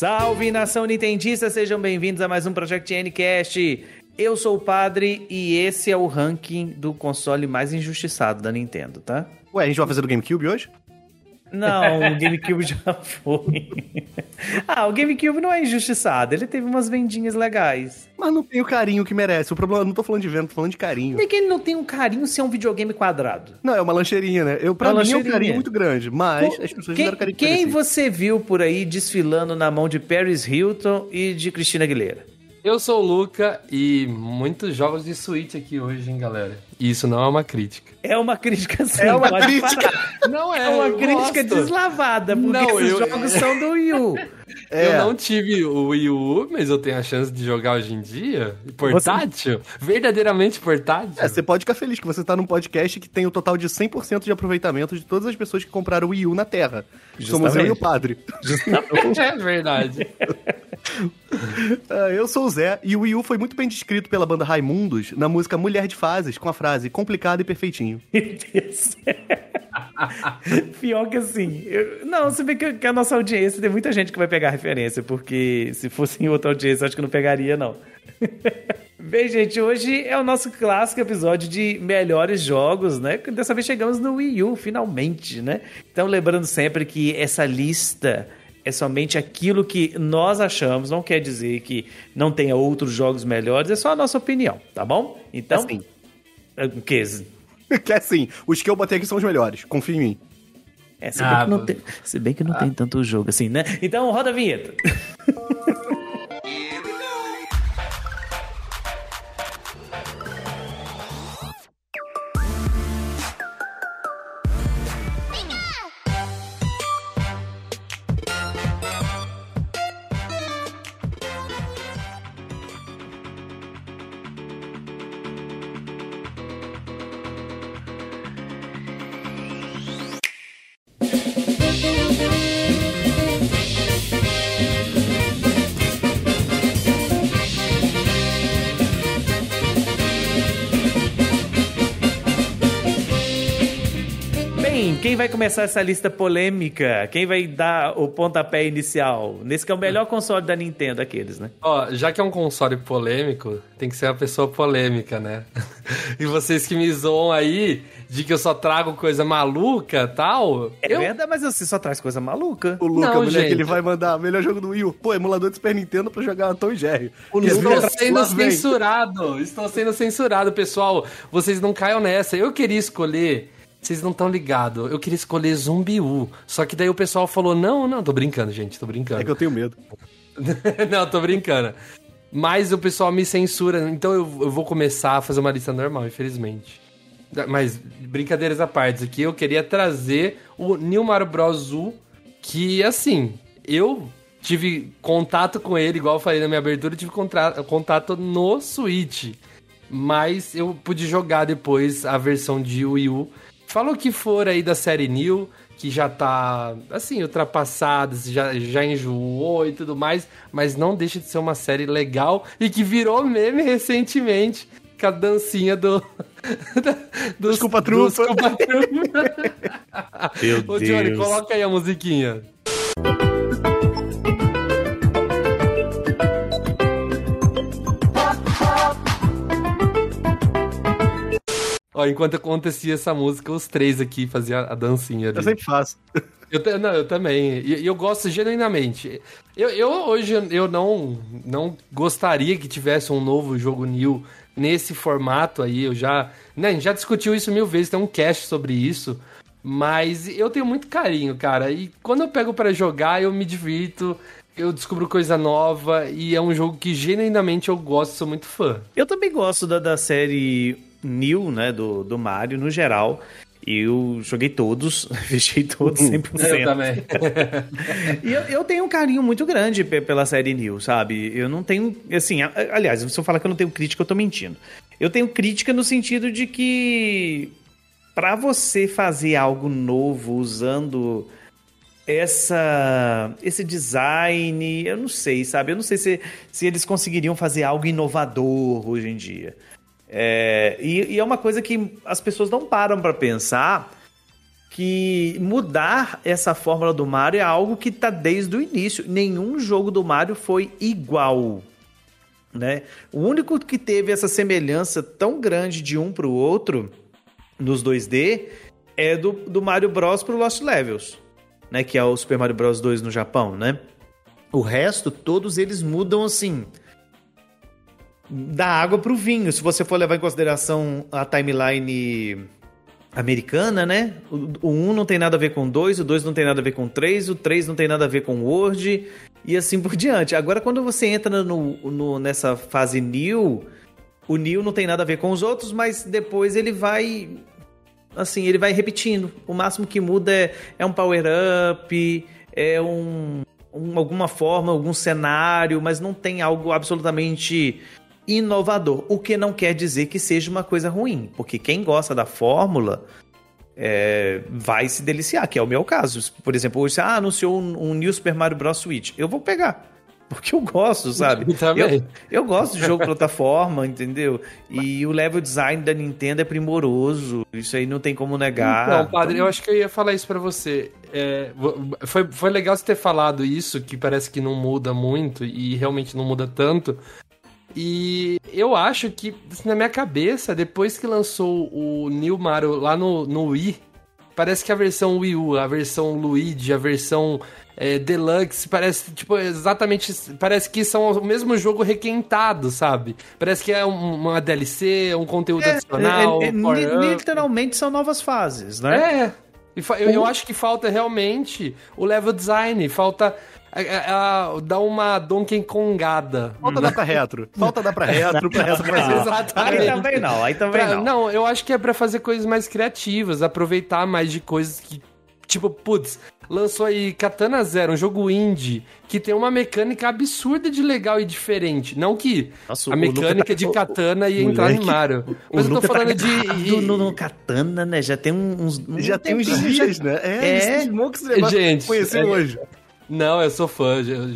Salve, nação nintendista, sejam bem-vindos a mais um Project Ncast. Eu sou o Padre e esse é o ranking do console mais injustiçado da Nintendo, tá? Ué, a gente vai fazer do GameCube hoje? Não, o GameCube já foi. O GameCube não é injustiçado, ele teve umas vendinhas legais. Mas não tem o carinho que merece. O problema, eu não tô falando de venda, tô falando de carinho. Por que ele não tem um carinho se é um videogame quadrado? Não, é uma lancheirinha, né? Pra mim é um carinho muito grande, mas as pessoas não deram carinho que Quem você viu por aí desfilando na mão de Paris Hilton e de Christina Aguilera? Eu sou o Luca e muitos jogos de Switch aqui hoje, hein, galera? E isso não é uma crítica. É uma crítica sim. É uma crítica. Não é uma crítica deslavada, porque não, esses jogos são do Wii U. Eu não tive o Wii U, mas eu tenho a chance de jogar hoje em dia. Portátil? Verdadeiramente portátil? Você pode ficar feliz que você tá num podcast que tem o total de 100% de aproveitamento de todas as pessoas que compraram o Wii U na Terra. Justamente. Somos eu e o Padre. Justamente. É verdade. Eu sou o Zé, e o Wii U foi muito bem descrito pela banda Raimundos na música Mulher de Fases, com a frase complicado e perfeitinho. Meu Deus. Pior que assim, se bem que a nossa audiência tem muita gente que vai pegar a referência, porque se fosse em outra audiência, acho que não pegaria, não. Bem, gente, hoje é o nosso clássico episódio de melhores jogos, né? Dessa vez chegamos no Wii U, finalmente, né? Então, lembrando sempre que essa lista é somente aquilo que nós achamos, não quer dizer que não tenha outros jogos melhores, é só a nossa opinião, tá bom? Então, assim. O que? Que assim, os que eu botei aqui são os melhores, confia em mim. Se bem que não tem tanto jogo assim, né? Então, roda a vinheta. Quem vai começar essa lista polêmica? Quem vai dar o pontapé inicial? Nesse que é o melhor console da Nintendo, aqueles, né? Já que é um console polêmico, tem que ser uma pessoa polêmica, né? E vocês que me zoam aí de que eu só trago coisa maluca e tal... Verdade, mas você só traz coisa maluca. O Luca, a mulher que ele vai mandar o melhor jogo do Wii U. Pô, emulador de Super Nintendo pra jogar Tom e Jerry. Estou sendo censurado, pessoal. Vocês não caiam nessa. Eu queria escolher... Vocês não estão ligados. Eu queria escolher Zombie U. Só que daí o pessoal falou, não, tô brincando, gente, tô brincando. É que eu tenho medo. Não, tô brincando. Mas o pessoal me censura, então eu vou começar a fazer uma lista normal, infelizmente. Mas, brincadeiras à parte, aqui eu queria trazer o New Mario Bros. U, que, assim, eu tive contato com ele, igual eu falei na minha abertura, eu tive contato no Switch. Mas eu pude jogar depois a versão de Wii U. Falou que for aí da série New, que já tá, assim, ultrapassada, já enjoou e tudo mais, mas não deixa de ser uma série legal e que virou meme recentemente com a dancinha dos Culpa-Trupa. Meu Deus. Ô, Johnny, coloca aí a musiquinha. Enquanto acontecia essa música, os três aqui faziam a dancinha ali. Eu sempre faço. Eu também. E eu gosto genuinamente. Hoje eu não gostaria que tivesse um novo jogo New nesse formato aí. A gente já discutiu isso 1000 vezes, tem um cast sobre isso. Mas eu tenho muito carinho, cara. E quando eu pego pra jogar, eu me divirto. Eu descubro coisa nova. E é um jogo que genuinamente eu gosto, sou muito fã. Eu também gosto da série New, né, do Mario, no geral. Eu joguei todos, fechei todos 100%. Eu também. E eu tenho um carinho muito grande pela série New, sabe? Eu não tenho, assim, aliás, se eu falar que eu não tenho crítica, eu tô mentindo. Eu tenho crítica no sentido de que pra você fazer algo novo usando esse design, eu não sei, sabe? Eu não sei se eles conseguiriam fazer algo inovador hoje em dia. E é uma coisa que as pessoas não param pra pensar, que mudar essa fórmula do Mario é algo que tá desde o início. Nenhum jogo do Mario foi igual, né? O único que teve essa semelhança tão grande de um pro outro nos 2D é do Mario Bros pro Lost Levels, né? Que é o Super Mario Bros 2 no Japão, né? O resto, todos eles mudam assim, da água pro vinho. Se você for levar em consideração a timeline americana, né? O 1 não tem nada a ver com o 2, o 2 não tem nada a ver com o 3, o 3 não tem nada a ver com o World, e assim por diante. Agora, quando você entra nessa fase New, o New não tem nada a ver com os outros, mas depois ele vai... Assim, ele vai repetindo. O máximo que muda é um power-up, é alguma forma, algum cenário, mas não tem algo absolutamente inovador, o que não quer dizer que seja uma coisa ruim, porque quem gosta da fórmula vai se deliciar, que é o meu caso. Por exemplo, hoje anunciou um New Super Mario Bros. Switch, eu vou pegar, porque eu gosto, sabe? Eu gosto de jogo plataforma, entendeu? E o level design da Nintendo é primoroso, isso aí não tem como negar. Não, padre, eu acho que eu ia falar isso pra você. Foi legal você ter falado isso, que parece que não muda muito, e realmente não muda tanto. E eu acho que, na minha cabeça, depois que lançou o New Mario lá no Wii, parece que a versão Wii U, a versão Luigi, a versão Deluxe, parece, tipo, exatamente, parece que são o mesmo jogo requentado, sabe? Parece que é uma DLC, um conteúdo adicional. Literalmente são novas fases, né? Eu acho que falta realmente o level design, falta... dá uma Donkey Kongada. Falta dar pra retro. Falta dar pra retro, Exatamente. Aí também não. Não, eu acho que é pra fazer coisas mais criativas, aproveitar mais de coisas que... Tipo, putz, lançou aí Katana Zero, um jogo indie, que tem uma mecânica absurda de legal e diferente. Não que a mecânica de Katana ia entrar no Mario. Mas eu tô falando no Katana, né? Já tem uns... Já tem uns dias, né? Gente, conheceu hoje. Não, eu sou fã,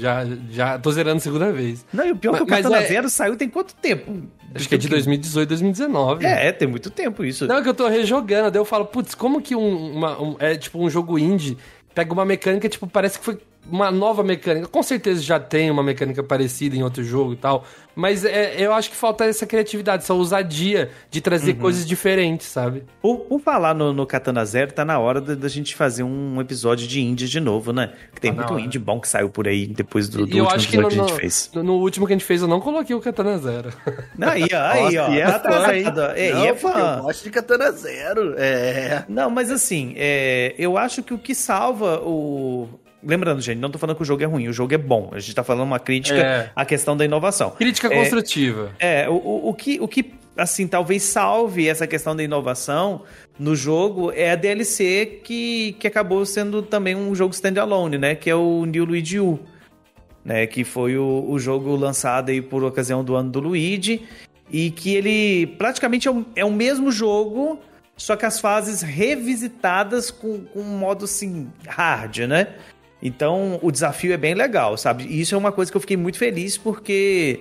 já tô zerando a segunda vez. Não, e o pior é que o Katana Zero saiu tem quanto tempo? Acho que é de 2018, 2019. Tem muito tempo isso. Não, é que eu tô rejogando, daí eu falo, putz, como que tipo um jogo indie pega uma mecânica, tipo, parece que foi uma nova mecânica. Com certeza já tem uma mecânica parecida em outro jogo e tal, mas eu acho que falta essa criatividade, essa ousadia de trazer coisas diferentes, sabe? Por falar no Katana Zero, tá na hora da gente fazer um episódio de indie de novo, né? Que tem muito indie bom que saiu por aí depois do último episódio que a gente fez. No último que a gente fez, eu não coloquei o Katana Zero. Não, aí, ó. E tá atrasado. É fã. Eu gosto de Katana Zero. Não, mas assim, eu acho que o que salva o... Lembrando, gente, não tô falando que o jogo é ruim, o jogo é bom. A gente tá falando uma crítica à questão da inovação. Crítica construtiva. O que, assim, talvez salve essa questão da inovação no jogo é a DLC que acabou sendo também um jogo standalone, né? Que é o New Luigi U, né? Que foi o jogo lançado aí por ocasião do ano do Luigi e que ele praticamente é o mesmo jogo, só que as fases revisitadas com um modo, assim, hard, né? Então, o desafio é bem legal, sabe? E isso é uma coisa que eu fiquei muito feliz, porque...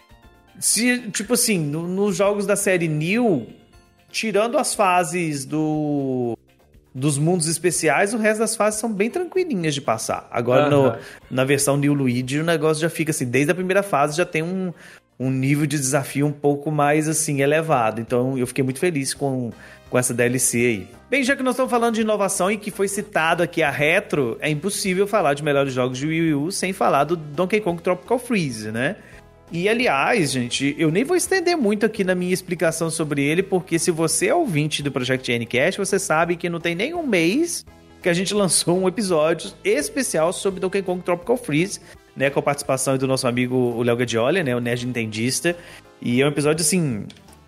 tipo assim, nos jogos da série New, tirando as fases dos mundos especiais, o resto das fases são bem tranquilinhas de passar. Agora, na versão New Luigi, o negócio já fica assim, desde a primeira fase já tem um nível de desafio um pouco mais, assim, elevado. Então, eu fiquei muito feliz com essa DLC aí. Bem, já que nós estamos falando de inovação e que foi citado aqui a retro, é impossível falar de melhores jogos de Wii U sem falar do Donkey Kong Tropical Freeze, né? E, aliás, gente, eu nem vou estender muito aqui na minha explicação sobre ele, porque se você é ouvinte do Project Ncast, você sabe que não tem nem um mês que a gente lançou um episódio especial sobre Donkey Kong Tropical Freeze, né? Com a participação do nosso amigo o Léo Gadioli, né? O Nerd Nintendista. E é um episódio, assim...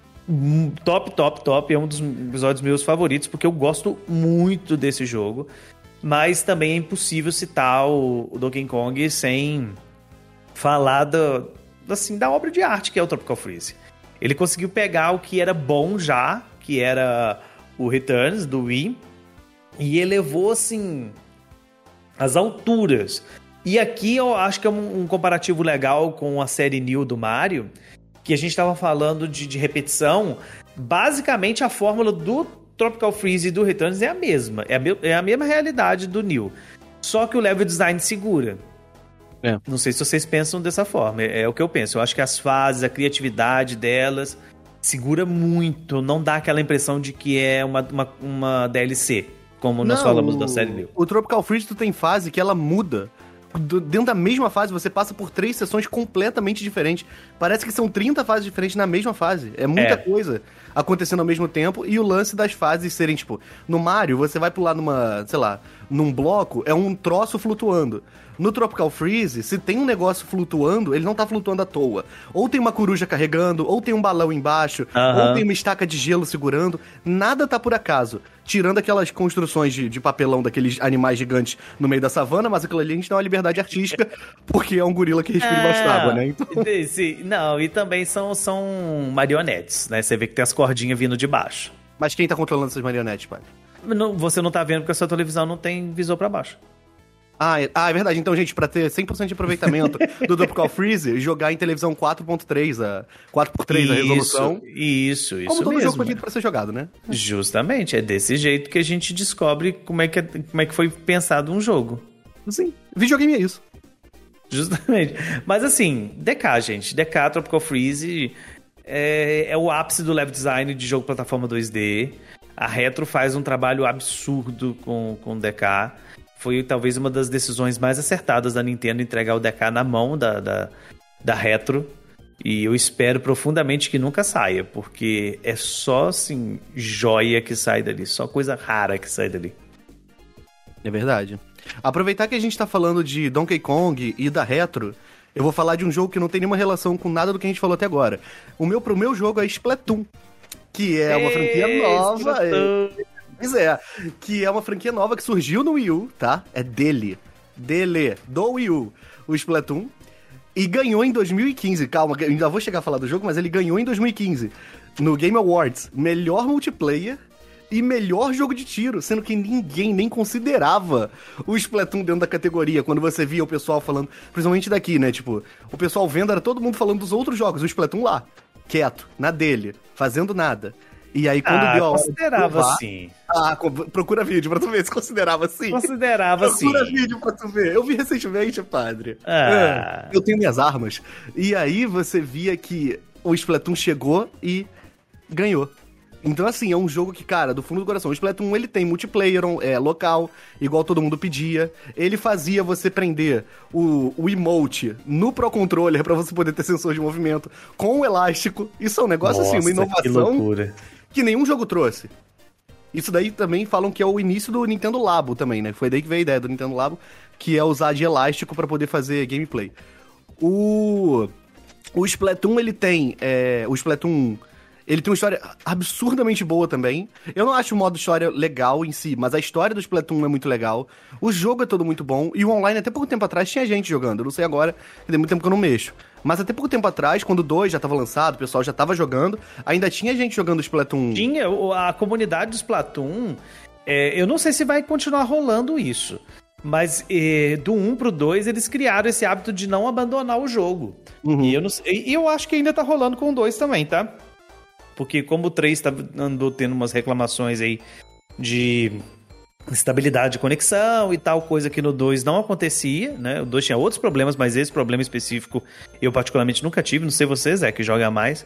top, é um dos episódios meus favoritos, porque eu gosto muito desse jogo, mas também é impossível citar o Donkey Kong sem falar da obra de arte que é o Tropical Freeze. Ele conseguiu pegar o que era bom já, que era o Returns do Wii, e elevou, assim, as alturas. E aqui eu acho que é um comparativo legal com a série New do Mario, que a gente estava falando de repetição. Basicamente, a fórmula do Tropical Freeze do Returns é a mesma. É a mesma realidade do New. Só que o level design segura. Não sei se vocês pensam dessa forma. É o que eu penso. Eu acho que as fases, a criatividade delas segura muito. Não dá aquela impressão de que é uma DLC, como nós falamos da série New. O Tropical Freeze tu tem fase que ela muda. Dentro da mesma fase, você passa por 3 sessões completamente diferentes. Parece que são 30 fases diferentes na mesma fase. É muita coisa acontecendo ao mesmo tempo. E o lance das fases serem, tipo... No Mario, você vai pular num bloco, é um troço flutuando. No Tropical Freeze, se tem um negócio flutuando, ele não tá flutuando à toa. Ou tem uma coruja carregando, ou tem um balão embaixo, ou tem uma estaca de gelo segurando. Nada tá por acaso. Tirando aquelas construções de papelão daqueles animais gigantes no meio da savana, mas aquilo ali a gente dá uma liberdade artística, porque é um gorila que respira embaixo d'água, né? Então... Não, e também são marionetes, né? Você vê que tem as cordinhas vindo de baixo. Mas quem tá controlando essas marionetes, pai? Você não tá vendo porque a sua televisão não tem visor pra baixo. É verdade. Então, gente, pra ter 100% de aproveitamento do Tropical Freeze, jogar em televisão 4.3, 4x3 a resolução. Isso como todo jogo foi feito pra ser jogado, né? Justamente, é desse jeito que a gente descobre como é que foi pensado um jogo. Sim, videogame é isso. Justamente. Mas assim, DK, gente. DK Tropical Freeze é o ápice do level design de jogo plataforma 2D. A Retro faz um trabalho absurdo com o DK. Foi talvez uma das decisões mais acertadas da Nintendo entregar o DK na mão da Retro. E eu espero profundamente que nunca saia, porque é só, assim, joia que sai dali. Só coisa rara que sai dali. É verdade. Aproveitar que a gente tá falando de Donkey Kong e da Retro, eu vou falar de um jogo que não tem nenhuma relação com nada do que a gente falou até agora. Pro meu jogo é Splatoon, que é uma franquia nova. Pois é, que é uma franquia nova que surgiu no Wii U, tá? É do Wii U, o Splatoon. E ganhou em 2015, calma, eu ainda vou chegar a falar do jogo, mas ele ganhou em 2015, no Game Awards, melhor multiplayer e melhor jogo de tiro, sendo que ninguém nem considerava o Splatoon dentro da categoria, quando você via o pessoal falando, principalmente daqui, né, tipo, o pessoal vendo, era todo mundo falando dos outros jogos, o Splatoon lá, quieto, na dele, fazendo nada. E aí, quando deu a hora considerava assim. Procura vídeo pra tu ver se considerava assim. Considerava assim. Procura vídeo pra tu ver. Eu vi recentemente, padre. Eu tenho minhas armas. E aí, você via que o Splatoon chegou e ganhou. Então, assim, é um jogo que, cara, do fundo do coração, o Splatoon, ele tem multiplayer local, igual todo mundo pedia. Ele fazia você prender o emote no Pro Controller pra você poder ter sensor de movimento com o elástico. Isso é um negócio, assim, uma inovação que loucura. Que nenhum jogo trouxe. Isso daí também falam que é o início do Nintendo Labo também, né? Foi daí que veio a ideia do Nintendo Labo, que é usar de elástico pra poder fazer gameplay. O Splatoon, ele tem... O Splatoon... Ele tem uma história absurdamente boa também. Eu não acho o modo história legal em si, mas a história do Splatoon é muito legal. O jogo é todo muito bom. E o online, até pouco tempo atrás, tinha gente jogando. Eu não sei agora, tem muito tempo que eu não mexo. Mas até pouco tempo atrás, quando o 2 já tava lançado, o pessoal já tava jogando, ainda tinha gente jogando Splatoon. Tinha, a comunidade do Splatoon... eu não sei se vai continuar rolando isso. Mas do 1 pro 2, eles criaram esse hábito de não abandonar o jogo. Uhum. E eu acho que ainda tá rolando com o 2 também, tá? Porque como o 3 andou tendo umas reclamações aí de estabilidade de conexão e tal, coisa que no 2 não acontecia, né? O 2 tinha outros problemas, mas esse problema específico eu particularmente nunca tive, não sei vocês, que joga mais.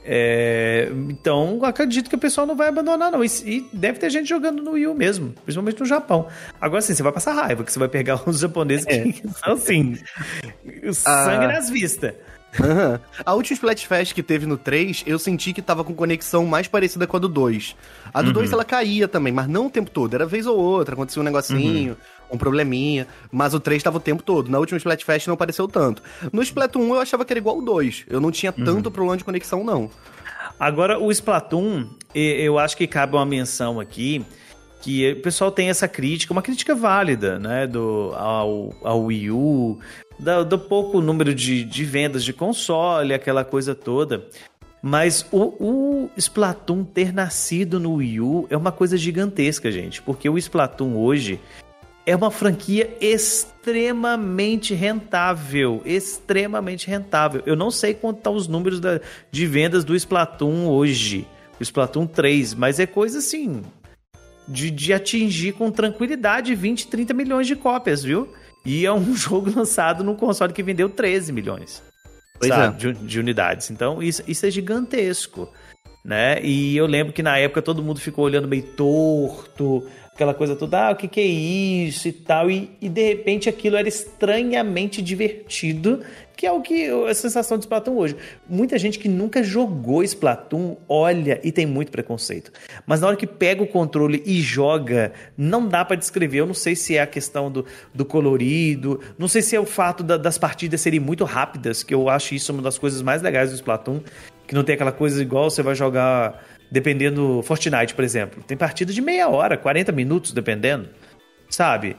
Então, acredito que o pessoal não vai abandonar, não. E deve ter gente jogando no Wii U mesmo, principalmente no Japão. Agora sim, você vai passar raiva, que você vai pegar uns japoneses que são assim, sangue nas vistas. Uhum. A última Splatfest que teve no 3, eu senti que tava com conexão mais parecida com a do 2. A do 2 ela caía também, mas não o tempo todo. Era vez ou outra, acontecia um negocinho, um probleminha. Mas o 3 tava o tempo todo. Na última Splatfest não apareceu tanto. No Splatoon eu achava que era igual o 2. Eu não tinha tanto problema de conexão, não. Agora, o Splatoon, eu acho que cabe uma menção aqui, que o pessoal tem essa crítica, uma crítica válida, né, ao Wii U, do pouco número de vendas de console, aquela coisa toda. Mas o Splatoon ter nascido no Wii U é uma coisa gigantesca, gente. Porque o Splatoon hoje é uma franquia extremamente rentável. Extremamente rentável. Eu não sei quanto estão os números de vendas do Splatoon hoje. o Splatoon 3, mas é coisa assim de atingir com tranquilidade 20, 30 milhões de cópias, viu? E é um jogo lançado num console que vendeu 13 milhões, sabe, de unidades. Então isso é gigantesco, né? E eu lembro que na época todo mundo ficou olhando meio torto, aquela coisa toda, o que é isso e tal, e de repente aquilo era estranhamente divertido, que é o que a sensação de Splatoon hoje. Muita gente que nunca jogou Splatoon olha e tem muito preconceito, mas na hora que pega o controle e joga, não dá pra descrever. Eu não sei se é a questão do colorido, não sei se é o fato das partidas serem muito rápidas, que eu acho isso uma das coisas mais legais do Splatoon, que não tem aquela coisa igual você vai jogar, dependendo, Fortnite, por exemplo. Tem partida de meia hora, 40 minutos, dependendo, sabe?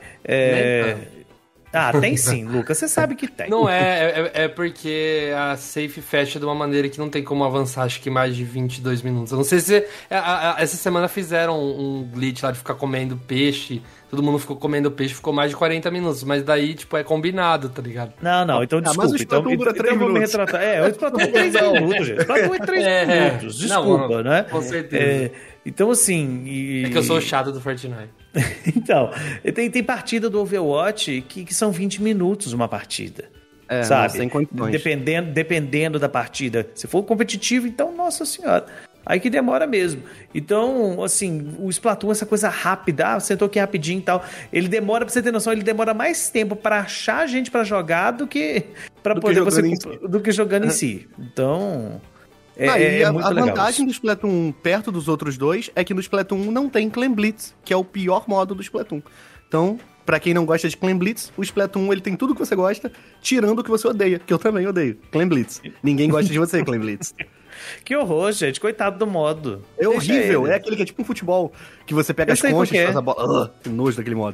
Tem sim, Lucas, você sabe que tem. Não é porque a safe fecha de uma maneira que não tem como avançar, acho que mais de 22 minutos. Eu não sei se... essa semana fizeram um glitch lá de ficar comendo peixe, todo mundo ficou comendo peixe, ficou mais de 40 minutos, mas daí, tipo, é combinado, tá ligado? Não, então desculpa. Mas o Splatoon dura 3 minutos. Vou me retratar. O Splatoon é 3 minutos, gente. O Splatoon é 3 minutos, desculpa, não, né? Com certeza. Então, assim... É que eu sou o chato do Fortnite. Então, tem partida do Overwatch que são 20 minutos uma partida. Sabe? Não, sem condições. Dependendo da partida. Se for competitivo, então, nossa senhora, aí que demora mesmo. Então, assim, o Splatoon, essa coisa rápida, sentou aqui rapidinho e tal, ele demora, pra você ter noção, ele demora mais tempo pra achar gente pra jogar do que jogando em si. Então... a vantagem do Splatoon perto dos outros dois é que no Splatoon não tem Clan Blitz, que é o pior modo do Splatoon. Então, pra quem não gosta de Clan Blitz, o Splatoon ele tem tudo que você gosta, tirando o que você odeia, que eu também odeio, Clan Blitz. Ninguém gosta de você, Clan Blitz. Que horror, gente, coitado do modo. É horrível, é aquele que é tipo um futebol, que você pega as conchas e faz a bola. Que nojo daquele modo.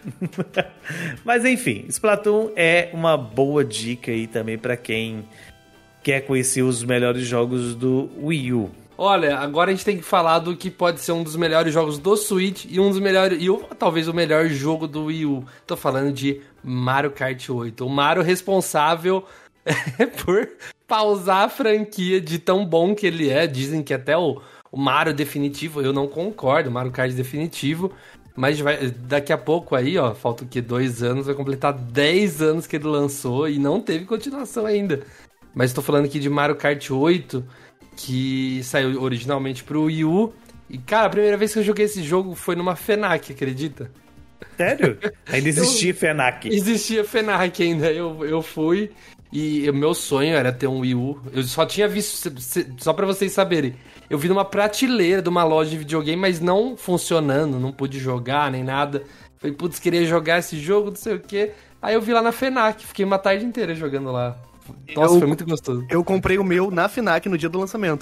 Mas enfim, Splatoon é uma boa dica aí também pra quem quer conhecer os melhores jogos do Wii U. Olha, agora a gente tem que falar do que pode ser um dos melhores jogos do Switch e um dos melhores, talvez o melhor jogo do Wii U. Tô falando de Mario Kart 8. O Mario responsável por pausar a franquia de tão bom que ele é. Dizem que até o Mario definitivo, eu não concordo, o Mario Kart definitivo. Mas daqui a pouco aí, ó, falta o quê? 2 anos, vai completar 10 anos que ele lançou e não teve continuação ainda. Mas tô falando aqui de Mario Kart 8, que saiu originalmente pro Wii U. E, cara, a primeira vez que eu joguei esse jogo foi numa FENAC, acredita? Sério? Ainda existia FENAC. Existia FENAC ainda. Eu fui e o meu sonho era ter um Wii U. Eu só tinha visto, só pra vocês saberem, eu vi numa prateleira de uma loja de videogame, mas não funcionando, não pude jogar nem nada. Falei, putz, queria jogar esse jogo, não sei o quê. Aí eu vi lá na FENAC, fiquei uma tarde inteira jogando lá. Nossa, foi muito gostoso. Eu comprei o meu na FENAC no dia do lançamento.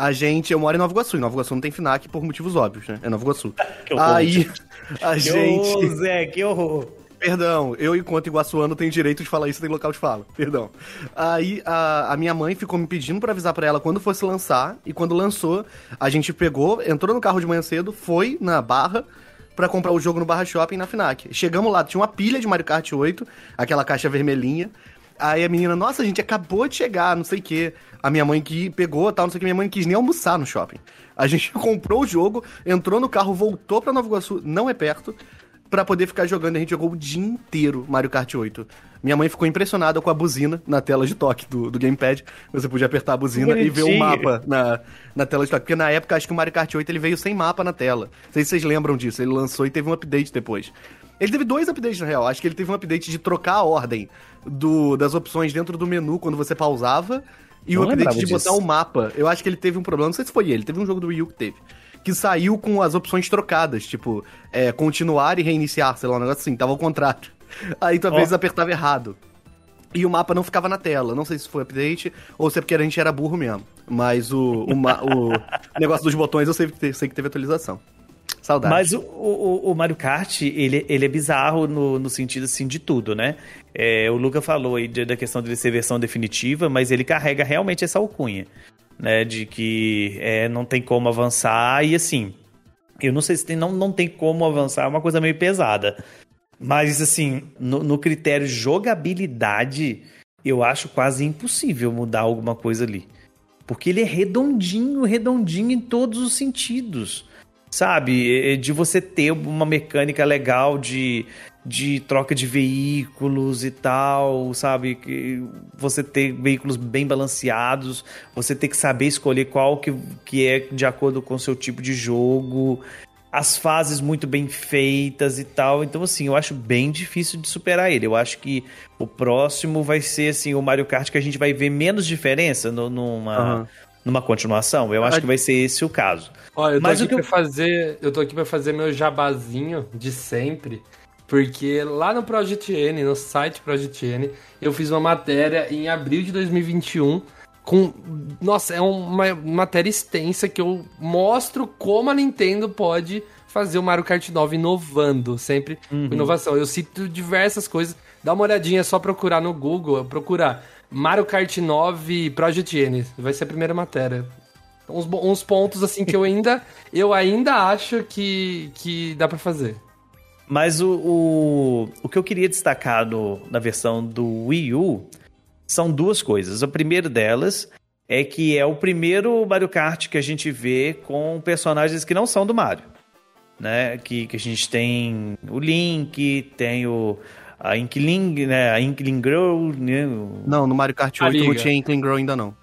Eu moro em Nova Iguaçu, e Nova Iguaçu não tem FENAC por motivos óbvios, né? É Nova Iguaçu. Que horror, aí, a que gente... horror, Zé, que horror. Perdão, eu, enquanto iguaçuano, tenho direito de falar isso, tem local de fala. Perdão. Aí, a minha mãe ficou me pedindo pra avisar pra ela quando fosse lançar, e quando lançou, a gente entrou no carro de manhã cedo, foi na Barra pra comprar o jogo no Barra Shopping na FENAC. Chegamos lá, tinha uma pilha de Mario Kart 8, aquela caixa vermelhinha. Aí a menina, nossa, a gente acabou de chegar, não sei o quê. A minha mãe que pegou, tal, não sei o que, minha mãe não quis nem almoçar no shopping. A gente comprou o jogo, entrou no carro, voltou pra Nova Iguaçu, não é perto, pra poder ficar jogando. A gente jogou o dia inteiro Mario Kart 8. Minha mãe ficou impressionada com a buzina na tela de toque do gamepad. Você podia apertar a buzina e ver o mapa na tela de toque. Porque na época, acho que o Mario Kart 8 ele veio sem mapa na tela. Não sei se vocês lembram disso. Ele lançou e teve um update depois. Ele teve 2 updates, na real. Acho que ele teve um update de trocar a ordem das opções dentro do menu quando você pausava. E o update de botar o mapa. Eu acho que ele teve um problema, não sei se foi ele. Teve um jogo do Wii U que teve. Que saiu com as opções trocadas. Tipo, continuar e reiniciar, sei lá, um negócio assim. Tava ao contrário. Aí tu às vezes apertava errado. E o mapa não ficava na tela. Não sei se foi update ou se é porque a gente era burro mesmo. Mas o negócio dos botões eu sei que teve atualização. Saudade. Mas o Mario Kart, ele é bizarro no sentido, assim, de tudo, né? O Luca falou aí da questão dele ser versão definitiva, mas ele carrega realmente essa alcunha, né? De que não tem como avançar e, assim, eu não sei se não tem como avançar, é uma coisa meio pesada. Mas, assim, no critério jogabilidade, eu acho quase impossível mudar alguma coisa ali. porque ele é redondinho em todos os sentidos, sabe? De você ter uma mecânica legal de troca de veículos e tal, sabe? Que você ter veículos bem balanceados, você ter que saber escolher qual que é de acordo com o seu tipo de jogo, as fases muito bem feitas e tal. Então, assim, eu acho bem difícil de superar ele. Eu acho que o próximo vai ser, assim, o Mario Kart, que a gente vai ver menos diferença numa continuação. Eu acho que vai ser esse o caso. Olha, eu tô aqui pra fazer meu jabazinho de sempre, porque lá no Project N, no site Project N, eu fiz uma matéria em abril de 2021 Nossa, é uma matéria extensa que eu mostro como a Nintendo pode fazer o Mario Kart 9 inovando, sempre com inovação. Eu cito diversas coisas, dá uma olhadinha, é só procurar no Google, procurar Mario Kart 9 Project N, vai ser a primeira matéria. Uns pontos assim que eu ainda acho que dá pra fazer. Mas o que eu queria destacar na versão do Wii U são duas coisas. A primeira delas é que é o primeiro Mario Kart que a gente vê com personagens que não são do Mario, né? Que a gente tem o Link, tem a Inkling, né? A Inkling Girl, né? Não, no Mario Kart 8 não tinha Inkling Girl ainda não.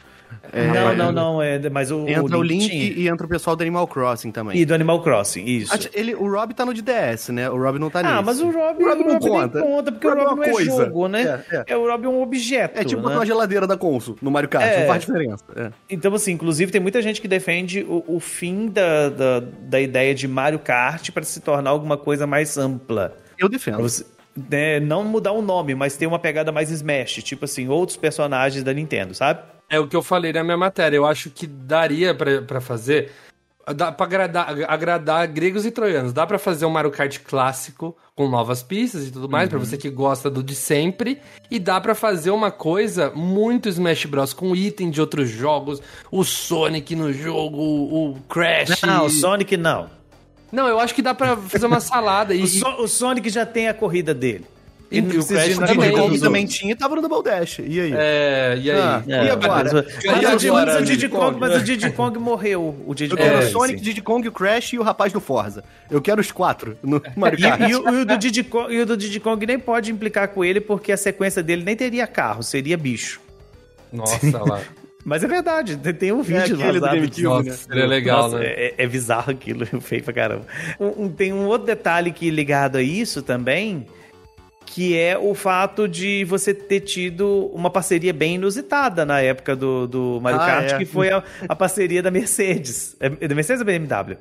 Não, mas entra o Link e entra o pessoal do Animal Crossing também. E do Animal Crossing, isso. O Rob tá no de DS, né? O Rob não tá nesse. Mas o Rob não conta, porque o Rob não é jogo, né? O Rob é um objeto. É tipo botar uma geladeira da Consul no Mario Kart, não faz diferença. Então, assim, inclusive tem muita gente que defende o fim da ideia de Mario Kart para se tornar alguma coisa mais ampla. Eu defendo. Você, né, não mudar o nome, mas ter uma pegada mais Smash, tipo assim, outros personagens da Nintendo, sabe? É o que eu falei na minha matéria. Eu acho que daria pra fazer. Dá pra agradar gregos e troianos. Dá pra fazer um Mario Kart clássico com novas pistas e tudo mais, pra você que gosta do de sempre. E dá pra fazer uma coisa muito Smash Bros. Com item de outros jogos. O Sonic no jogo, o Crash. Não, o Sonic não. Não, eu acho que dá pra fazer uma salada. O Sonic já tem a corrida dele. E o Crash também tinha e tava no Double Dash. E aí? E aí? E agora? Mas o Diddy Kong morreu. O Diddy Kong. Eu quero o Sonic, Diddy Kong, o Crash e o rapaz do Forza. Eu quero os 4 no Mario Kart. E o do Diddy Kong nem pode implicar com ele, porque a sequência dele nem teria carro, seria bicho. Nossa, lá. Mas é verdade, tem um vídeo vazado. Nossa, seria legal, Nossa, né? É bizarro aquilo, feio pra caramba. Tem um outro detalhe que ligado a isso também, que é o fato de você ter tido uma parceria bem inusitada na época do Mario Kart, que foi a parceria da Mercedes. É da Mercedes ou BMW?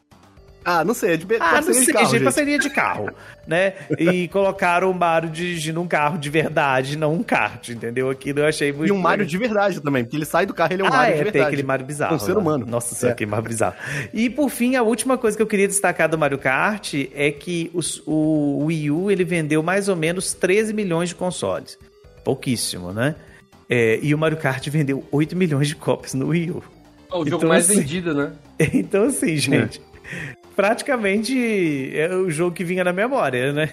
Não sei, parceria de carro, gente. Parceria de carro, né? E colocaram o Mario dirigindo um carro de verdade, não um kart, entendeu? Aquilo eu achei muito... E um Mario de verdade também, porque ele sai do carro e ele é um Mario de verdade. Tem aquele Mario bizarro. Um ser humano. Nossa senhora, que Mario bizarro. E por fim, a última coisa que eu queria destacar do Mario Kart é que o Wii U, ele vendeu mais ou menos 13 milhões de consoles. Pouquíssimo, né? E o Mario Kart vendeu 8 milhões de cópias no Wii U. O jogo mais vendido, né? Então assim, gente... Praticamente é o jogo que vinha na memória, né?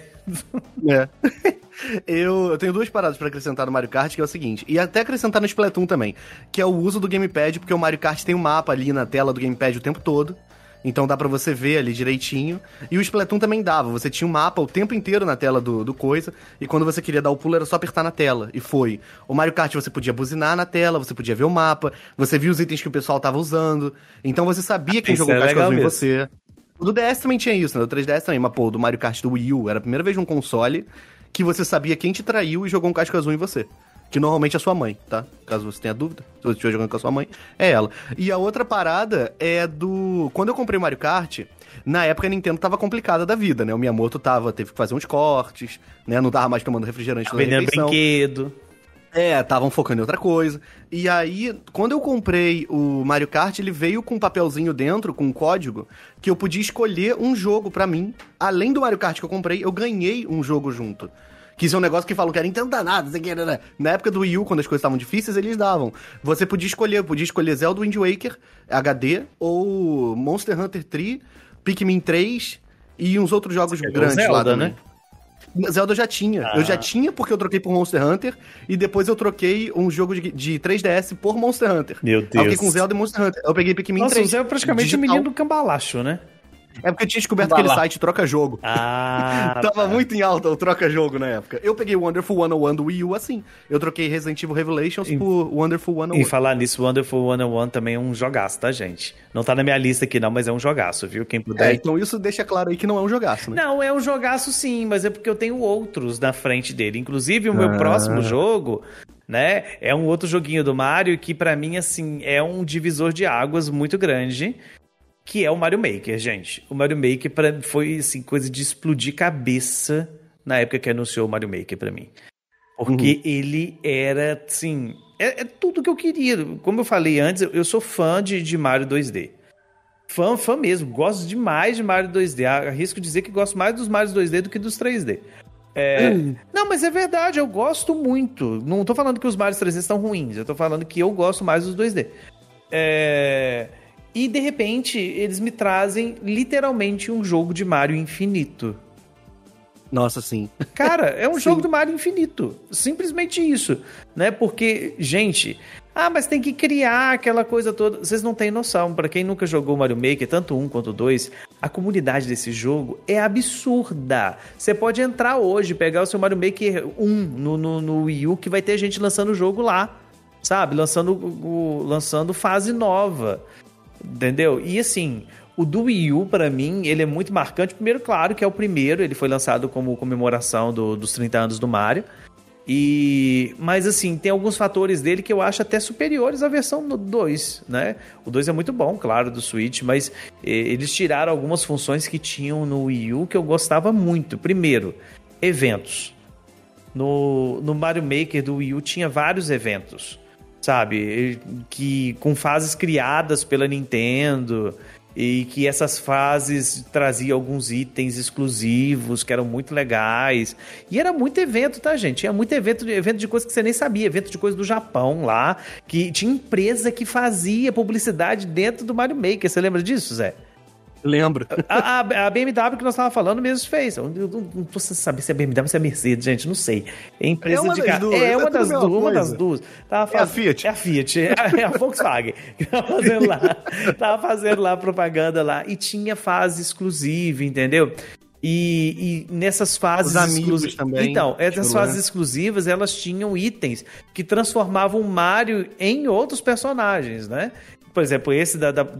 Eu tenho duas paradas pra acrescentar no Mario Kart, que é o seguinte, e até acrescentar no Splatoon também, que é o uso do Gamepad, porque o Mario Kart tem um mapa ali na tela do Gamepad o tempo todo, então dá pra você ver ali direitinho, e o Splatoon também dava, você tinha um mapa o tempo inteiro na tela do coisa, e quando você queria dar o pulo era só apertar na tela, e foi. O Mario Kart você podia buzinar na tela, você podia ver o mapa, você via os itens que o pessoal tava usando, então você sabia quem jogou Casco Azul em você. O do DS também tinha isso, né? O 3DS também, mas o do Mario Kart do Wii U era a primeira vez num console que você sabia quem te traiu e jogou um casco azul em você. Que normalmente é sua mãe, tá? Caso você tenha dúvida, se você estiver jogando com a sua mãe, é ela. E a outra parada é Quando eu comprei o Mario Kart, na época a Nintendo tava complicada da vida, né? O Miyamoto teve que fazer uns cortes, né? Não tava mais tomando refrigerante na refeição. Brinquedo. Estavam focando em outra coisa. E aí, quando eu comprei o Mario Kart, ele veio com um papelzinho dentro, com um código, que eu podia escolher um jogo pra mim. Além do Mario Kart que eu comprei, eu ganhei um jogo junto. Que isso é um negócio que falam que era Nintendo danado, né? Na época do Wii U, quando as coisas estavam difíceis, eles davam. Você podia escolher Zelda Wind Waker, HD, ou Monster Hunter 3, Pikmin 3 e uns outros jogos grandes Zelda, lá também. Né? Zelda eu já tinha. Eu já tinha porque eu troquei por Monster Hunter e depois eu troquei um jogo de 3DS por Monster Hunter. Meu Deus. Aí eu fiquei com Zelda e Monster Hunter. Eu peguei Pikmin 3. Nossa, o Zé é praticamente digital. o menino do cambalacho, né? É porque eu tinha descoberto aquele site Troca Jogo. Tava muito em alta o Troca Jogo na época. Eu peguei o Wonderful 101 do Wii U assim. Eu troquei Resident Evil Revelations por Wonderful 101. E falar nisso, Wonderful 101 também é um jogaço, tá, gente? Não tá na minha lista aqui não, mas é um jogaço, viu? Quem puder... então isso deixa claro aí que não é um jogaço, né? Não, é um jogaço sim, mas é porque eu tenho outros na frente dele. Inclusive o meu próximo jogo... né? É um outro joguinho do Mario que pra mim, assim, é um divisor de águas muito grande, que é o Mario Maker, gente. O Mario Maker foi, assim, coisa de explodir cabeça na época que anunciou o Mario Maker pra mim. Porque ele era, assim... É tudo que eu queria. Como eu falei antes, eu sou fã de Mario 2D. Fã mesmo. Gosto demais de Mario 2D. Arrisco dizer que gosto mais dos Mario 2D do que dos 3D. Não, mas é verdade, eu gosto muito. Não tô falando que os Mario 3D estão ruins, eu tô falando que eu gosto mais dos 2D. E de repente eles me trazem literalmente um jogo de Mario infinito. Nossa, sim. Cara, é um jogo do Mario infinito. Simplesmente isso, né? Porque, gente... mas tem que criar aquela coisa toda. Vocês não têm noção. Pra quem nunca jogou Mario Maker, tanto 1 quanto 2, a comunidade desse jogo é absurda. Você pode entrar hoje, pegar o seu Mario Maker 1 no Wii U, que vai ter gente lançando o jogo lá, sabe? Lançando fase nova, entendeu? E assim... O do Wii U, pra mim, ele é muito marcante. Primeiro, claro, que é o primeiro. Ele foi lançado como comemoração dos 30 anos do Mario. Mas, assim, tem alguns fatores dele que eu acho até superiores à versão 2, né? O 2 é muito bom, claro, do Switch, mas eles tiraram algumas funções que tinham no Wii U que eu gostava muito. Primeiro, eventos. No Mario Maker do Wii U tinha vários eventos, sabe? Com fases criadas pela Nintendo... E que essas fases traziam alguns itens exclusivos que eram muito legais. E era muito evento, tá, gente? Tinha muito evento de coisa que você nem sabia. Evento de coisa do Japão lá. Que tinha empresa que fazia publicidade dentro do Mario Maker. Você lembra disso, Zé? Lembro. A BMW que nós estávamos falando mesmo fez. Eu não posso saber se é BMW ou se é Mercedes, gente, não sei. É empresa de carro. Uma das duas. A Fiat. É a Fiat, é a Volkswagen. Que tava fazendo lá propaganda lá. E tinha fase exclusiva, entendeu? E nessas fases exclusivas também. Então, essas fases exclusivas, elas tinham itens que transformavam o Mario em outros personagens, né? Por exemplo, esse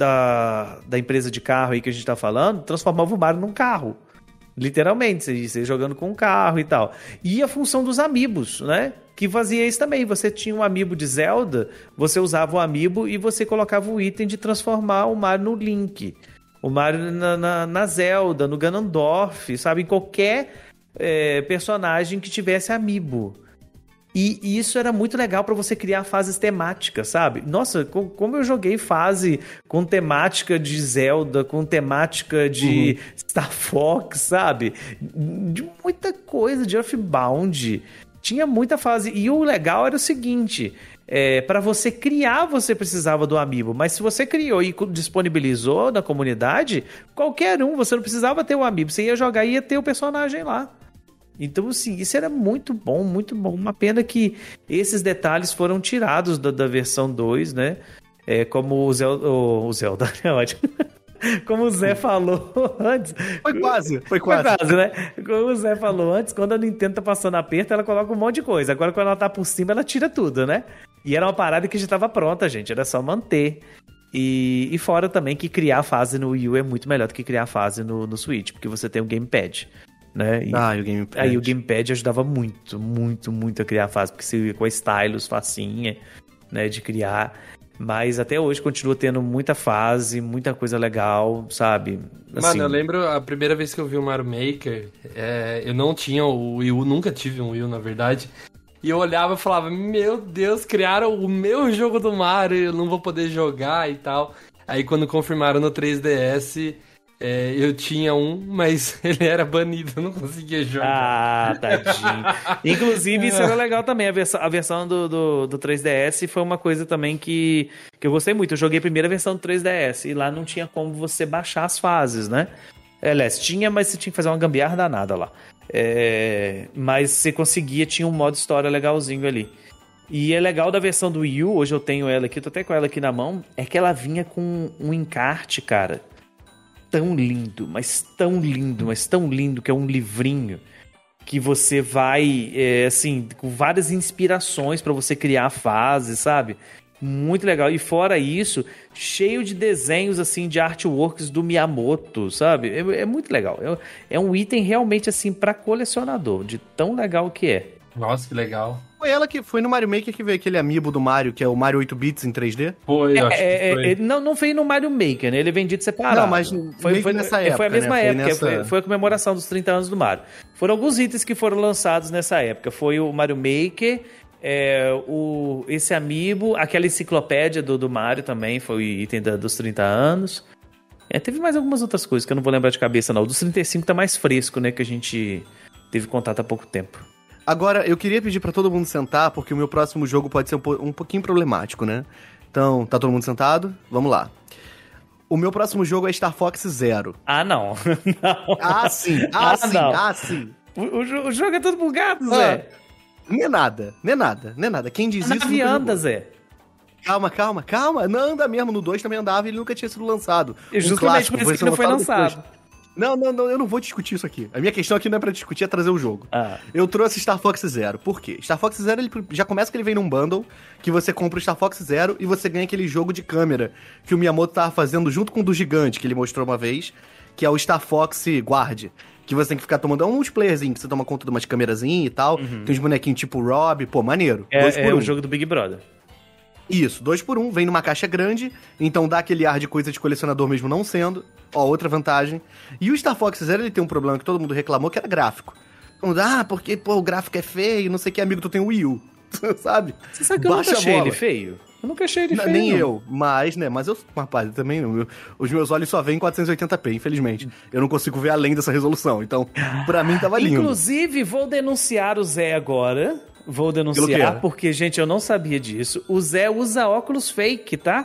da empresa de carro aí que a gente tá falando, transformava o Mario num carro. Literalmente, você jogando com um carro e tal. E a função dos amiibos, né? Que fazia isso também. Você tinha um amiibo de Zelda, você usava o amiibo e você colocava o item de transformar o Mario no Link. O Mario na Zelda, no Ganondorf, sabe? Em qualquer personagem que tivesse amiibo. E isso era muito legal pra você criar fases temáticas, sabe? Nossa, como eu joguei fase com temática de Zelda, com temática de Star Fox, sabe? De muita coisa, de Earthbound. Tinha muita fase. E o legal era o seguinte... para você criar, você precisava do amiibo. Mas se você criou e disponibilizou na comunidade, qualquer um, você não precisava ter o amiibo. Você ia jogar e ia ter o personagem lá. Então, assim, isso era muito bom, muito bom. Uma pena que esses detalhes foram tirados da versão 2, né? Como o Zelda, é ótimo. Como o Zé falou antes. Foi quase, né? Como o Zé falou antes, quando a Nintendo tá passando aperto, ela coloca um monte de coisa. Agora, quando ela tá por cima, ela tira tudo, né? E era uma parada que já tava pronta, gente. Era só manter. E fora também que criar fase no Wii U é muito melhor do que criar fase no Switch, porque você tem o Gamepad. Né? O Gamepad. Aí o Gamepad ajudava muito, muito, muito a criar fase, porque você ia com a stylus facinha, né, de criar. Mas até hoje continua tendo muita fase, muita coisa legal, sabe? Assim... Mano, eu lembro a primeira vez que eu vi o Mario Maker, eu não tinha o Wii U, nunca tive um Wii U, na verdade. E eu olhava e falava, meu Deus, criaram o meu jogo do Mario, eu não vou poder jogar e tal. Aí quando confirmaram no 3DS... eu tinha um, mas ele era banido, eu não conseguia jogar. Tadinho. Inclusive, isso era legal também. A versão do 3DS foi uma coisa também que eu gostei muito. Eu joguei a primeira versão do 3DS e lá não tinha como você baixar as fases, né? Aliás, tinha, mas você tinha que fazer uma gambiarra danada lá. Mas você conseguia, tinha um modo história legalzinho ali. E é legal da versão do Wii U, hoje eu tenho ela aqui, tô até com ela aqui na mão, é que ela vinha com um encarte, cara, tão lindo, mas tão lindo, mas tão lindo, que é um livrinho que você vai, assim, com várias inspirações pra você criar a fase, sabe? Muito legal. E fora isso, cheio de desenhos, assim, de artworks do Miyamoto, sabe? É muito legal. É um item realmente, assim, pra colecionador, de tão legal que é. Nossa, que legal. Foi no Mario Maker que veio aquele amiibo do Mario, que é o Mario 8 bits em 3D? Foi, eu acho que foi. Não foi no Mario Maker, né? Ele é vendido separado. Não, mas foi nessa época, foi a mesma né? época, foi a comemoração dos 30 anos do Mario. Foram alguns itens que foram lançados nessa época. Foi o Mario Maker, esse amiibo, aquela enciclopédia do Mario também, foi o item dos 30 anos. Teve mais algumas outras coisas que eu não vou lembrar de cabeça, não. O dos 35 tá mais fresco, né? Que a gente teve contato há pouco tempo. Agora, eu queria pedir pra todo mundo sentar, porque o meu próximo jogo pode ser um pouquinho problemático, né? Então, tá todo mundo sentado? Vamos lá. O meu próximo jogo é Star Fox Zero. Ah, não. Não. Ah, sim. Sim. O jogo é todo bugado, Zé. Nem é nada. Quem diz isso... Nave anda, Zé. Calma. Não anda mesmo. No 2 também andava e ele nunca tinha sido lançado. Justamente por isso que não foi lançado. Depois. Não, eu não vou discutir isso aqui. A minha questão aqui não é pra discutir, é trazer o jogo. Eu trouxe Star Fox Zero. Por quê? Star Fox Zero, ele já começa que ele vem num bundle, que você compra o Star Fox Zero e você ganha aquele jogo de câmera que o Miyamoto tava fazendo junto com o do gigante, que ele mostrou uma vez, que é o Star Fox Guard. Que você tem que ficar tomando um multiplayerzinho, que você toma conta de umas câmerazinhas e tal. Tem uns bonequinhos tipo Rob, pô, maneiro. É o jogo do Big Brother. Isso, 2x1, vem numa caixa grande, então dá aquele ar de coisa de colecionador mesmo não sendo. Ó, outra vantagem. E o Star Fox Zero, ele tem um problema que todo mundo reclamou, que era gráfico. Porque, o gráfico é feio, não sei o que, amigo, tu tem o Wii U, sabe? Você sabe que eu nunca achei ele feio? Eu nunca achei ele feio, nem eu, mas eu, rapaz, também, os meus olhos só veem 480p, infelizmente. Eu não consigo ver além dessa resolução, então, pra mim tava lindo. Inclusive, vou denunciar o Zé agora. Vou denunciar, porque, gente, eu não sabia disso. O Zé usa óculos fake, tá?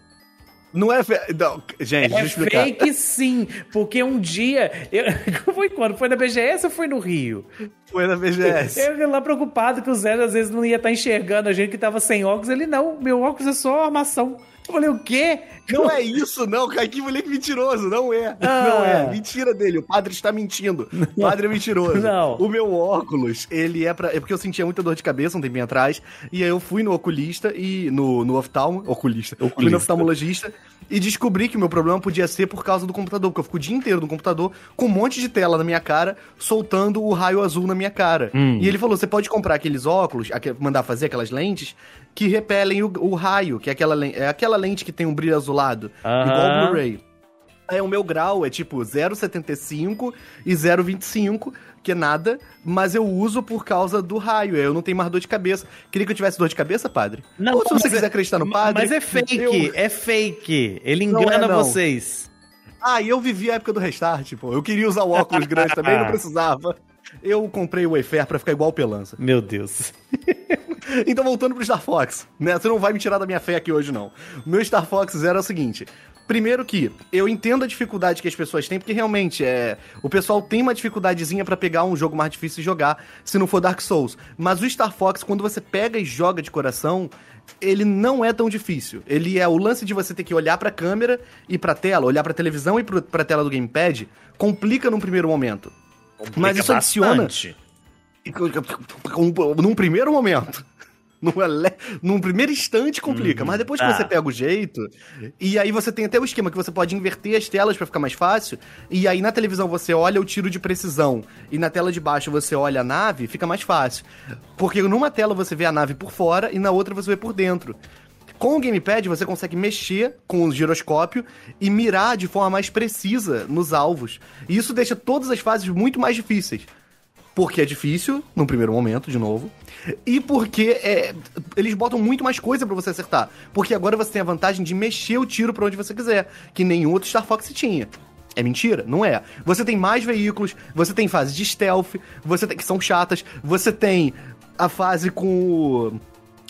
Não é não, gente, deixa eu explicar. É fake sim, porque um dia... Foi quando? Foi na BGS ou foi no Rio? Foi na BGS. Eu ia lá preocupado que o Zé às vezes não ia estar enxergando a gente que tava sem óculos. Ele, não, meu óculos é só armação. Eu falei, o quê? Não é isso, não, cara. Que moleque mentiroso. Não é. Não é. Mentira dele. O padre está mentindo. O padre é mentiroso. Não. O meu óculos, ele é pra... É porque eu sentia muita dor de cabeça um tempinho atrás. E aí eu fui no oculista e... No oftalmo... Oculista. Fui no oftalmologista e descobri que o meu problema podia ser por causa do computador. Porque eu fico o dia inteiro no computador com um monte de tela na minha cara, soltando o raio azul na minha cara. E ele falou, você pode comprar aqueles óculos, mandar fazer aquelas lentes que repelem o raio, que é aquela lente que tem um brilho azulado, igual o Blu-ray. Aí o meu grau é tipo 0,75 e 0,25, que é nada, mas eu uso por causa do raio, eu não tenho mais dor de cabeça. Queria que eu tivesse dor de cabeça, padre? Não, ou se você quiser acreditar no padre... Mas é fake, é fake. Ele engana vocês. E eu vivi a época do Restart, pô. Eu queria usar o óculos grande também, não precisava. Eu comprei o Wayfair pra ficar igual o Pelanza. Meu Deus. Então, voltando pro Star Fox, né? Você não vai me tirar da minha fé aqui hoje, não. O meu Star Fox Zero é o seguinte. Primeiro que eu entendo a dificuldade que as pessoas têm, porque realmente o pessoal tem uma dificuldadezinha pra pegar um jogo mais difícil de jogar, se não for Dark Souls. Mas o Star Fox, quando você pega e joga de coração, ele não é tão difícil. Ele é o lance de você ter que olhar pra câmera e pra tela, olhar pra televisão e pra tela do gamepad, complica num primeiro momento. Mas isso adiciona... Num primeiro momento. Num primeiro instante complica, mas depois que você pega o jeito, e aí você tem até o esquema que você pode inverter as telas pra ficar mais fácil, e aí na televisão você olha o tiro de precisão, e na tela de baixo você olha a nave, fica mais fácil. Porque numa tela você vê a nave por fora, e na outra você vê por dentro. Com o gamepad você consegue mexer com o giroscópio e mirar de forma mais precisa nos alvos. E isso deixa todas as fases muito mais difíceis. Porque é difícil, num primeiro momento, de novo. E porque eles botam muito mais coisa pra você acertar. Porque agora você tem a vantagem de mexer o tiro pra onde você quiser. Que nenhum outro Star Fox tinha. É mentira? Não é. Você tem mais veículos, você tem fases de stealth, que são chatas. Você tem a fase com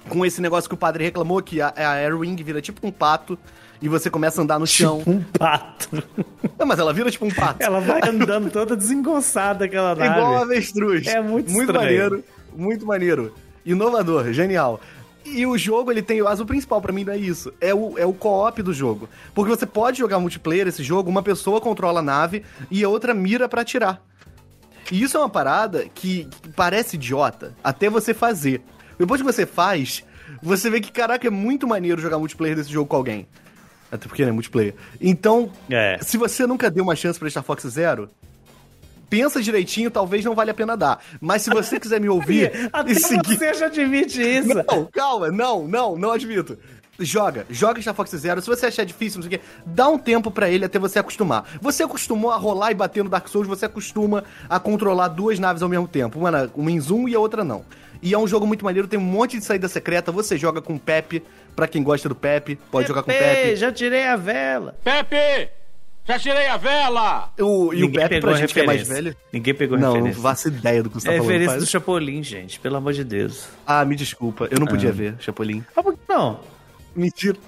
com esse negócio que o padre reclamou, que a Airwing vira tipo um pato e você começa a andar no chão. Tipo um pato. Não, mas ela vira tipo um pato. Ela vai andando toda desengonçada, aquela nave. Igual uma avestruz. É muito estranho. Maneiro, muito maneiro. Inovador, genial. E o jogo, ele tem... O principal pra mim não é isso. É o co-op do jogo. Porque você pode jogar multiplayer esse jogo, uma pessoa controla a nave e a outra mira pra atirar. E isso é uma parada que parece idiota até você fazer. Depois que você faz, você vê que, caraca, é muito maneiro jogar multiplayer desse jogo com alguém. Até porque, né, multiplayer. Então, se você nunca deu uma chance pra Star Fox Zero, pensa direitinho, talvez não valha a pena dar. Mas se você quiser me ouvir... Até você já admite isso. Não, calma, não admito. Joga Star Fox Zero. Se você achar difícil, não sei o quê, dá um tempo pra ele até você acostumar. Você acostumou a rolar e bater no Dark Souls, você acostuma a controlar duas naves ao mesmo tempo. Uma em zoom e a outra não. E é um jogo muito maneiro, tem um monte de saída secreta. Você joga com o Pepe, pra quem gosta do Pepe, pode jogar com o Pepe. Já tirei a vela. Pepe! Já tirei a vela! E o Pepe, pra gente que é mais velho... Ninguém pegou referência. Não faço ideia do que você tá falando. É referência do Chapolin, gente, pelo amor de Deus. Ah, me desculpa, eu não podia ver Chapolin. Ah, por que não? Mentira.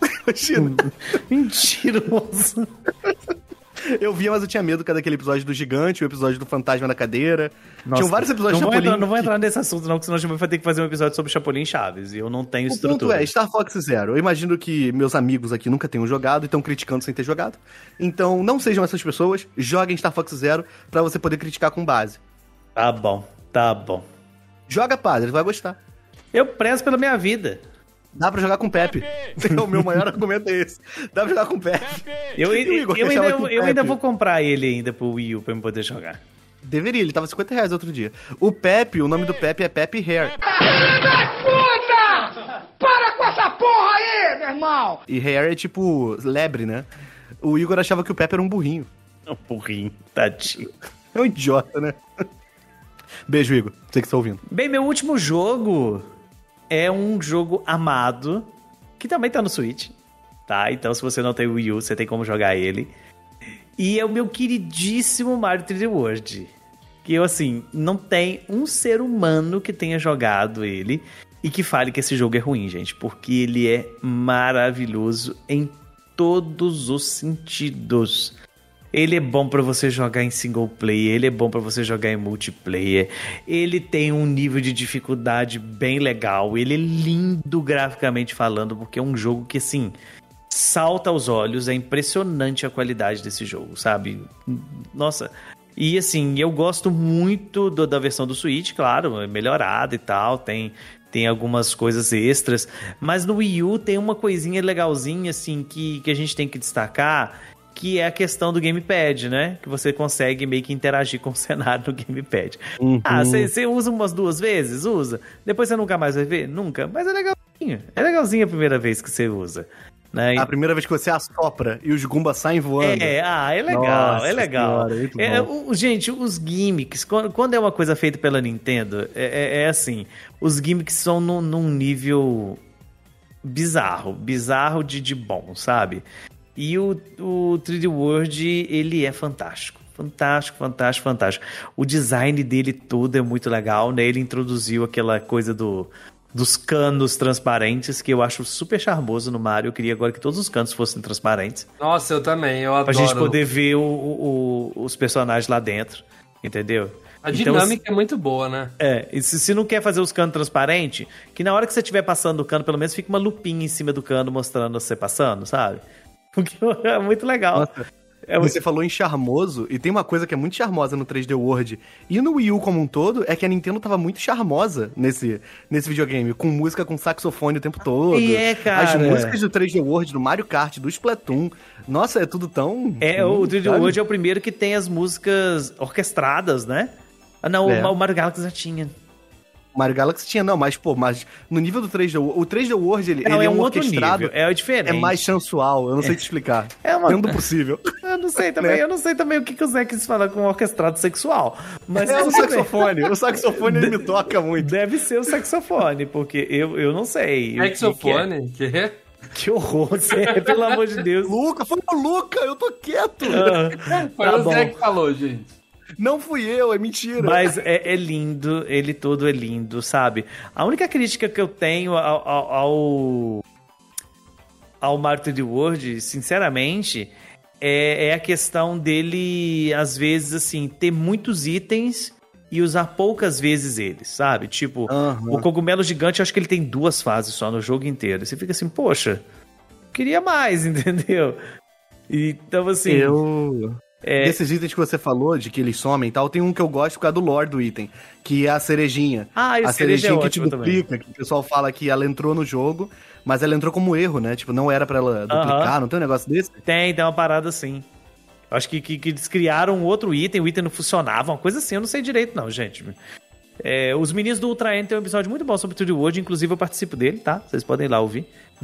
Mentira, moço. Eu via, mas eu tinha medo cada aquele episódio do gigante, o episódio do fantasma na cadeira. Nossa, tinham vários episódios de Chapolin. Não vou entrar nesse assunto, não, porque senão a gente vai ter que fazer um episódio sobre Chapolin e Chaves. E eu não tenho estrutura. O ponto é, Star Fox Zero. Eu imagino que meus amigos aqui nunca tenham jogado e estão criticando sem ter jogado. Então, não sejam essas pessoas. Joguem Star Fox Zero pra você poder criticar com base. Tá bom. Joga, padre, vai gostar. Eu prezo pela minha vida. Dá pra jogar com o Pepe. O meu maior argumento é esse. Dá pra jogar com o Pepe. Eu ainda vou comprar ele ainda pro Wii U pra eu poder jogar. Deveria, ele tava R$50 outro dia. O Pepe, o nome do Pepe é Pepe Hair. Filho da puta! Para com essa porra aí, meu irmão! E Hair é tipo lebre, né? O Igor achava que o Pepe era um burrinho. Um burrinho, tadinho. É um idiota, né? Beijo, Igor. Você que tá ouvindo. Bem, meu último jogo... é um jogo amado, que também tá no Switch, tá? Então, se você não tem o Wii U, você tem como jogar ele. E é o meu queridíssimo Mario 3D World. Que eu, assim, não tem um ser humano que tenha jogado ele e que fale que esse jogo é ruim, gente. Porque ele é maravilhoso em todos os sentidos. Ele é bom pra você jogar em single player, ele é bom pra você jogar em multiplayer, ele tem um nível de dificuldade bem legal, ele é lindo graficamente falando, porque é um jogo que, assim, salta aos olhos, é impressionante a qualidade desse jogo, sabe? Nossa, e assim, eu gosto muito da versão do Switch, claro, é melhorada e tal, tem algumas coisas extras, mas no Wii U tem uma coisinha legalzinha, assim, que a gente tem que destacar, que é a questão do gamepad, né? Que você consegue meio que interagir com o cenário no gamepad. Uhum. Ah, você usa umas 2 vezes? Usa. Depois você nunca mais vai ver? Nunca. Mas é legalzinho. É legalzinho a primeira vez que você usa. Né? A primeira vez que você assopra e os Goombas saem voando. É legal, Nossa é legal. Senhora, gente, os gimmicks, quando é uma coisa feita pela Nintendo, é assim, os gimmicks são num nível bizarro de bom, sabe? E o 3D World, ele é fantástico. Fantástico. O design dele todo é muito legal, né? Ele introduziu aquela coisa dos canos transparentes, que eu acho super charmoso no Mario. Eu queria agora que todos os canos fossem transparentes. Nossa, eu também, eu adoro. Pra gente poder ver os personagens lá dentro, entendeu? A dinâmica é muito boa, né? E se não quer fazer os canos transparentes, que na hora que você estiver passando o cano, pelo menos fica uma lupinha em cima do cano mostrando você passando, sabe? É muito legal. Nossa. Você falou em charmoso, e tem uma coisa que é muito charmosa no 3D World e no Wii U como um todo, é que a Nintendo tava muito charmosa nesse videogame, com música com saxofone o tempo todo. Cara. As músicas do 3D World, do Mario Kart, do Splatoon, nossa, é tudo tão... O 3D World é o primeiro que tem as músicas orquestradas, né? Ah, não, o Mario Galaxy já tinha. Mario Galaxy tinha, não, mas no nível do 3D World, o 3D World, ele é um orquestrado, nível, é diferente. É mais sensual, eu não sei te explicar. Tendo possível. Eu não sei também, eu não sei também o que o Zé quis falar com um orquestrado sexual. Mas o saxofone, o saxofone ele me toca muito. Deve ser o saxofone, porque eu não sei. Saxofone? Que horror, Zé, pelo amor de Deus. Luca, foi o Luca, eu tô quieto. Foi o Zé que falou, gente. Não fui eu, é mentira. Mas é lindo, ele todo é lindo, sabe? A única crítica que eu tenho ao Mario 3D World, sinceramente, é a questão dele, às vezes, assim, ter muitos itens e usar poucas vezes eles, sabe? Tipo, o cogumelo gigante, eu acho que ele tem 2 fases só no jogo inteiro. Você fica assim, poxa, queria mais, entendeu? Então, assim... Desses itens que você falou, de que eles somem e tal, tem um que eu gosto por causa do lore do item, que é a cerejinha. Ah, e a cerejinha que te duplica, também. que o pessoal fala que ela entrou no jogo, mas ela entrou como erro, né? Tipo, não era pra ela duplicar, não tem um negócio desse? Tem uma parada assim. Acho que eles criaram um outro item, o item não funcionava, uma coisa assim, eu não sei direito não, gente. Os meninos do Ultra N tem um episódio muito bom sobre 3D World, inclusive eu participo dele, tá? Vocês podem ir lá ouvir.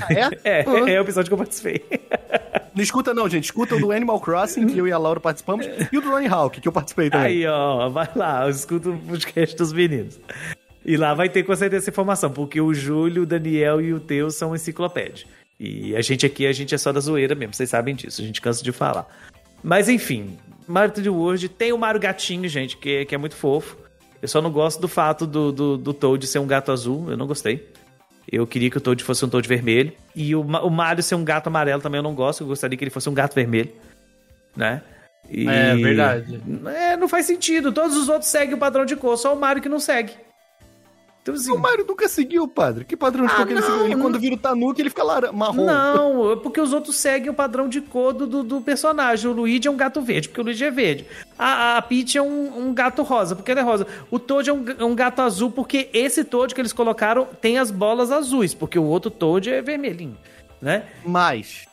É o episódio que eu participei. Não escuta não, gente. Escuta o do Animal Crossing, que eu e a Laura participamos, e o do Tony Hawk, que eu participei também. Aí, ó, vai lá, escuta o podcast dos meninos. E lá vai ter com certeza essa informação, porque o Júlio, o Daniel e o Teu são enciclopédia. E a gente aqui, é só da zoeira mesmo, vocês sabem disso, a gente cansa de falar. Mas enfim, Mario 3D World tem o Mario Gatinho, gente, que é muito fofo. Eu só não gosto do fato do Toad ser um gato azul, eu não gostei. Eu queria que o Toad fosse um Toad vermelho. E o Mario ser um gato amarelo também eu não gosto. Eu gostaria que ele fosse um gato vermelho. Né? É verdade. Não faz sentido. Todos os outros seguem o padrão de cor. Só o Mario que não segue. Então, assim, o Mario nunca seguiu, padre. Que padrão de cor que ele seguiu? Ele, quando vira o Tanuki, ele fica marrom. Não, é porque os outros seguem o padrão de cor do personagem. O Luigi é um gato verde, porque o Luigi é verde. A Peach é um gato rosa, porque ela é rosa. O Toad é um gato azul, porque esse Toad que eles colocaram tem as bolas azuis, porque o outro Toad é vermelhinho, né? Mas,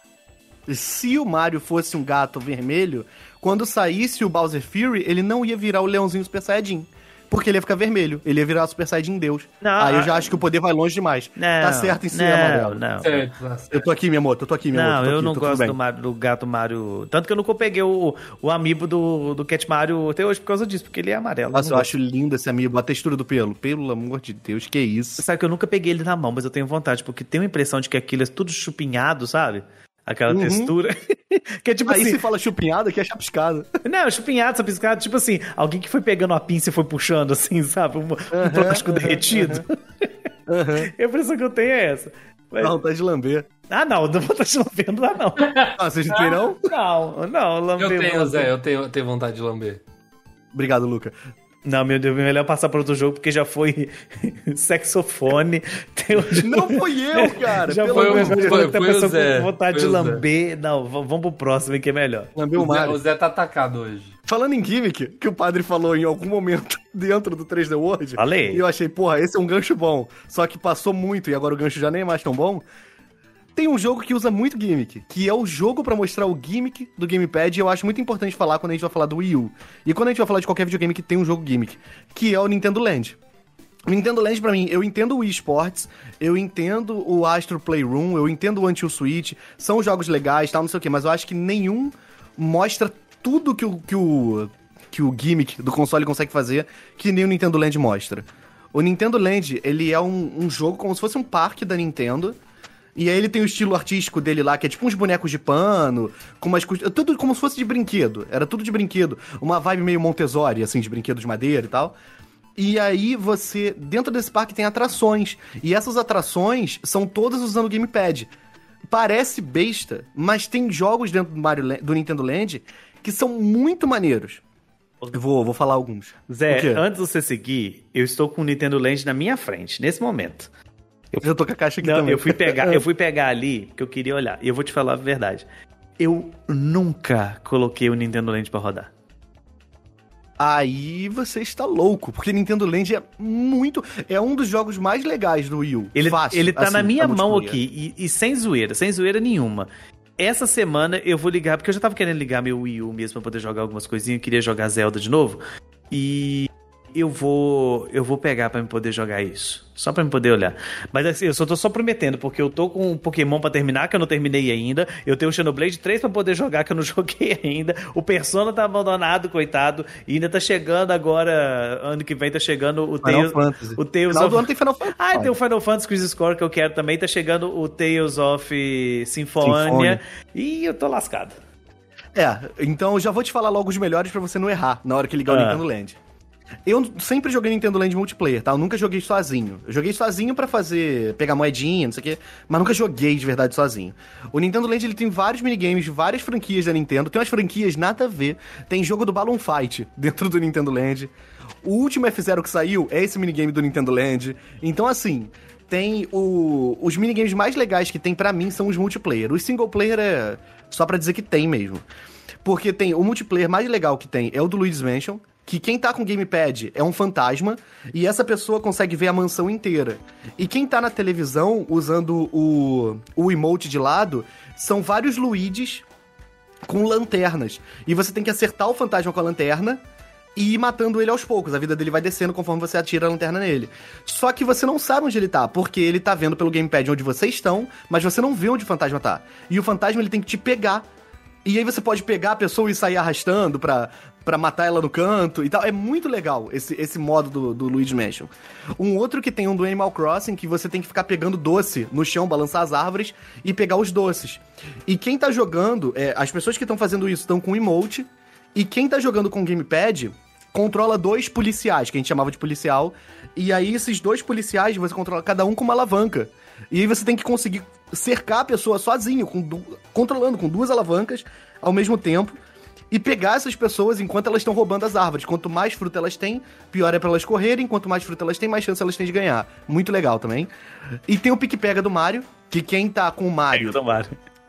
se o Mario fosse um gato vermelho, quando saísse o Bowser Fury, ele não ia virar o leãozinho Super Saiyajin. Porque ele ia ficar vermelho. Ele ia virar Super Saiyajin Deus. Aí eu já acho que o poder vai longe demais. Tá certo em ser amarelo. Não. Eu tô aqui, minha amor. Não, eu não gosto do gato Mario. Tanto que eu nunca peguei o amiibo do Cat Mario até hoje por causa disso, porque ele é amarelo. Nossa, eu acho lindo esse amiibo. A textura do pelo. Pelo amor de Deus, que isso. Você sabe que eu nunca peguei ele na mão, mas eu tenho vontade, porque tenho a impressão de que aquilo é tudo chupinhado, sabe? Aquela textura. Que é tipo aí assim. Aí se fala chupinhada, que é chapiscada. Não, chupinhado, chapiscado, tipo assim, alguém que foi pegando uma pinça e foi puxando, assim, sabe? Um plástico derretido. A impressão que eu tenho é essa. Mas... Não, tá de lamber. Ah, não vontade de lamber, não dá, não. Ah, vocês não tem, não? Não, lamber. Eu tenho, Zé, eu tenho vontade de lamber. Obrigado, Luca. Não, meu Deus, melhor passar para outro jogo, porque já foi saxofone. Não fui eu, cara. Já foi a pessoa com vontade de lamber. Não, vamos pro próximo, que é melhor. Lamber o Mario. O Zé tá atacado hoje. Falando em gimmick, que o padre falou em algum momento dentro do 3D World. Falei. E eu achei, porra, esse é um gancho bom. Só que passou muito e agora o gancho já nem é mais tão bom. Tem um jogo que usa muito gimmick, que é o jogo pra mostrar o gimmick do gamepad, e eu acho muito importante falar quando a gente vai falar do Wii U. E quando a gente vai falar de qualquer videogame que tem um jogo gimmick, que é o Nintendo Land. O Nintendo Land, pra mim, eu entendo o Wii Sports, eu entendo o Astro Playroom, eu entendo o Until Switch, são jogos legais, tal, não sei o quê, mas eu acho que nenhum mostra tudo que o gimmick do console consegue fazer, que nem o Nintendo Land mostra. O Nintendo Land, ele é um jogo como se fosse um parque da Nintendo. E aí ele tem o estilo artístico dele lá, que é tipo uns bonecos de pano, com umas tudo como se fosse de brinquedo. Era tudo de brinquedo. Uma vibe meio Montessori, assim, de brinquedo de madeira e tal. E aí você, dentro desse parque tem atrações. E essas atrações são todas usando o gamepad. Parece besta, mas tem jogos dentro do Nintendo Land que são muito maneiros. Eu vou falar alguns. Zé, antes de você seguir, eu estou com o Nintendo Land na minha frente, nesse momento. Eu tô com a caixa aqui também. Eu fui pegar ali, que eu queria olhar. E eu vou te falar a verdade. Eu nunca coloquei o Nintendo Land pra rodar. Aí você está louco, porque Nintendo Land é um dos jogos mais legais do Wii U. Ele tá assim, na minha mão aqui, e sem zoeira nenhuma. Essa semana eu vou ligar, porque eu já tava querendo ligar meu Wii U mesmo pra poder jogar algumas coisinhas, eu queria jogar Zelda de novo. E eu vou pegar pra me poder jogar isso. Só pra me poder olhar. Mas assim, eu tô só prometendo, porque eu tô com um Pokémon pra terminar, que eu não terminei ainda. Eu tenho o Xenoblade 3 pra poder jogar, que eu não joguei ainda. O Persona tá abandonado, coitado. E ainda tá chegando agora, ano que vem tá chegando o Final Fantasy. O Tales Final of... do ano tem Final Fantasy. Ah, tem o Final Fantasy Crisis Core que eu quero também. Tá chegando o Tales of Symphonia. E eu tô lascado. Então eu já vou te falar logo os melhores pra você não errar na hora que ligar o Nintendo Land. Eu sempre joguei Nintendo Land multiplayer, tá? Eu nunca joguei sozinho. Eu joguei sozinho pra pegar moedinha, não sei o quê, mas nunca joguei de verdade sozinho. O Nintendo Land, ele tem vários minigames de várias franquias da Nintendo. Tem umas franquias nada a ver. Tem jogo do Balloon Fight dentro do Nintendo Land. O último F-Zero que saiu é esse minigame do Nintendo Land. Então, assim, tem os minigames mais legais que tem pra mim são os multiplayer. Os single player é só pra dizer que tem mesmo. Porque tem o multiplayer mais legal que tem é o do Luigi's Mansion, que quem tá com gamepad é um fantasma, e essa pessoa consegue ver a mansão inteira. E quem tá na televisão, usando o emote de lado, são vários Luigis com lanternas. E você tem que acertar o fantasma com a lanterna e ir matando ele aos poucos. A vida dele vai descendo conforme você atira a lanterna nele. Só que você não sabe onde ele tá, porque ele tá vendo pelo gamepad onde vocês estão, mas você não vê onde o fantasma tá. E o fantasma, ele tem que te pegar. E aí você pode pegar a pessoa e sair arrastando pra matar ela no canto e tal. É muito legal esse modo do Luigi's Mansion. Um outro que tem um do Animal Crossing, que você tem que ficar pegando doce no chão, balançar as árvores e pegar os doces. E quem tá jogando, as pessoas que estão fazendo isso estão com emote, e quem tá jogando com gamepad controla 2 policiais, que a gente chamava de policial, e aí esses 2 policiais você controla cada um com uma alavanca. E aí você tem que conseguir cercar a pessoa sozinho, controlando com 2 alavancas ao mesmo tempo, e pegar essas pessoas enquanto elas estão roubando as árvores. Quanto mais fruta elas têm, pior é pra elas correrem. Quanto mais fruta elas têm, mais chance elas têm de ganhar. Muito legal também. E tem o pique-pega do Mario, que quem tá com o Mario... Pega do Mario.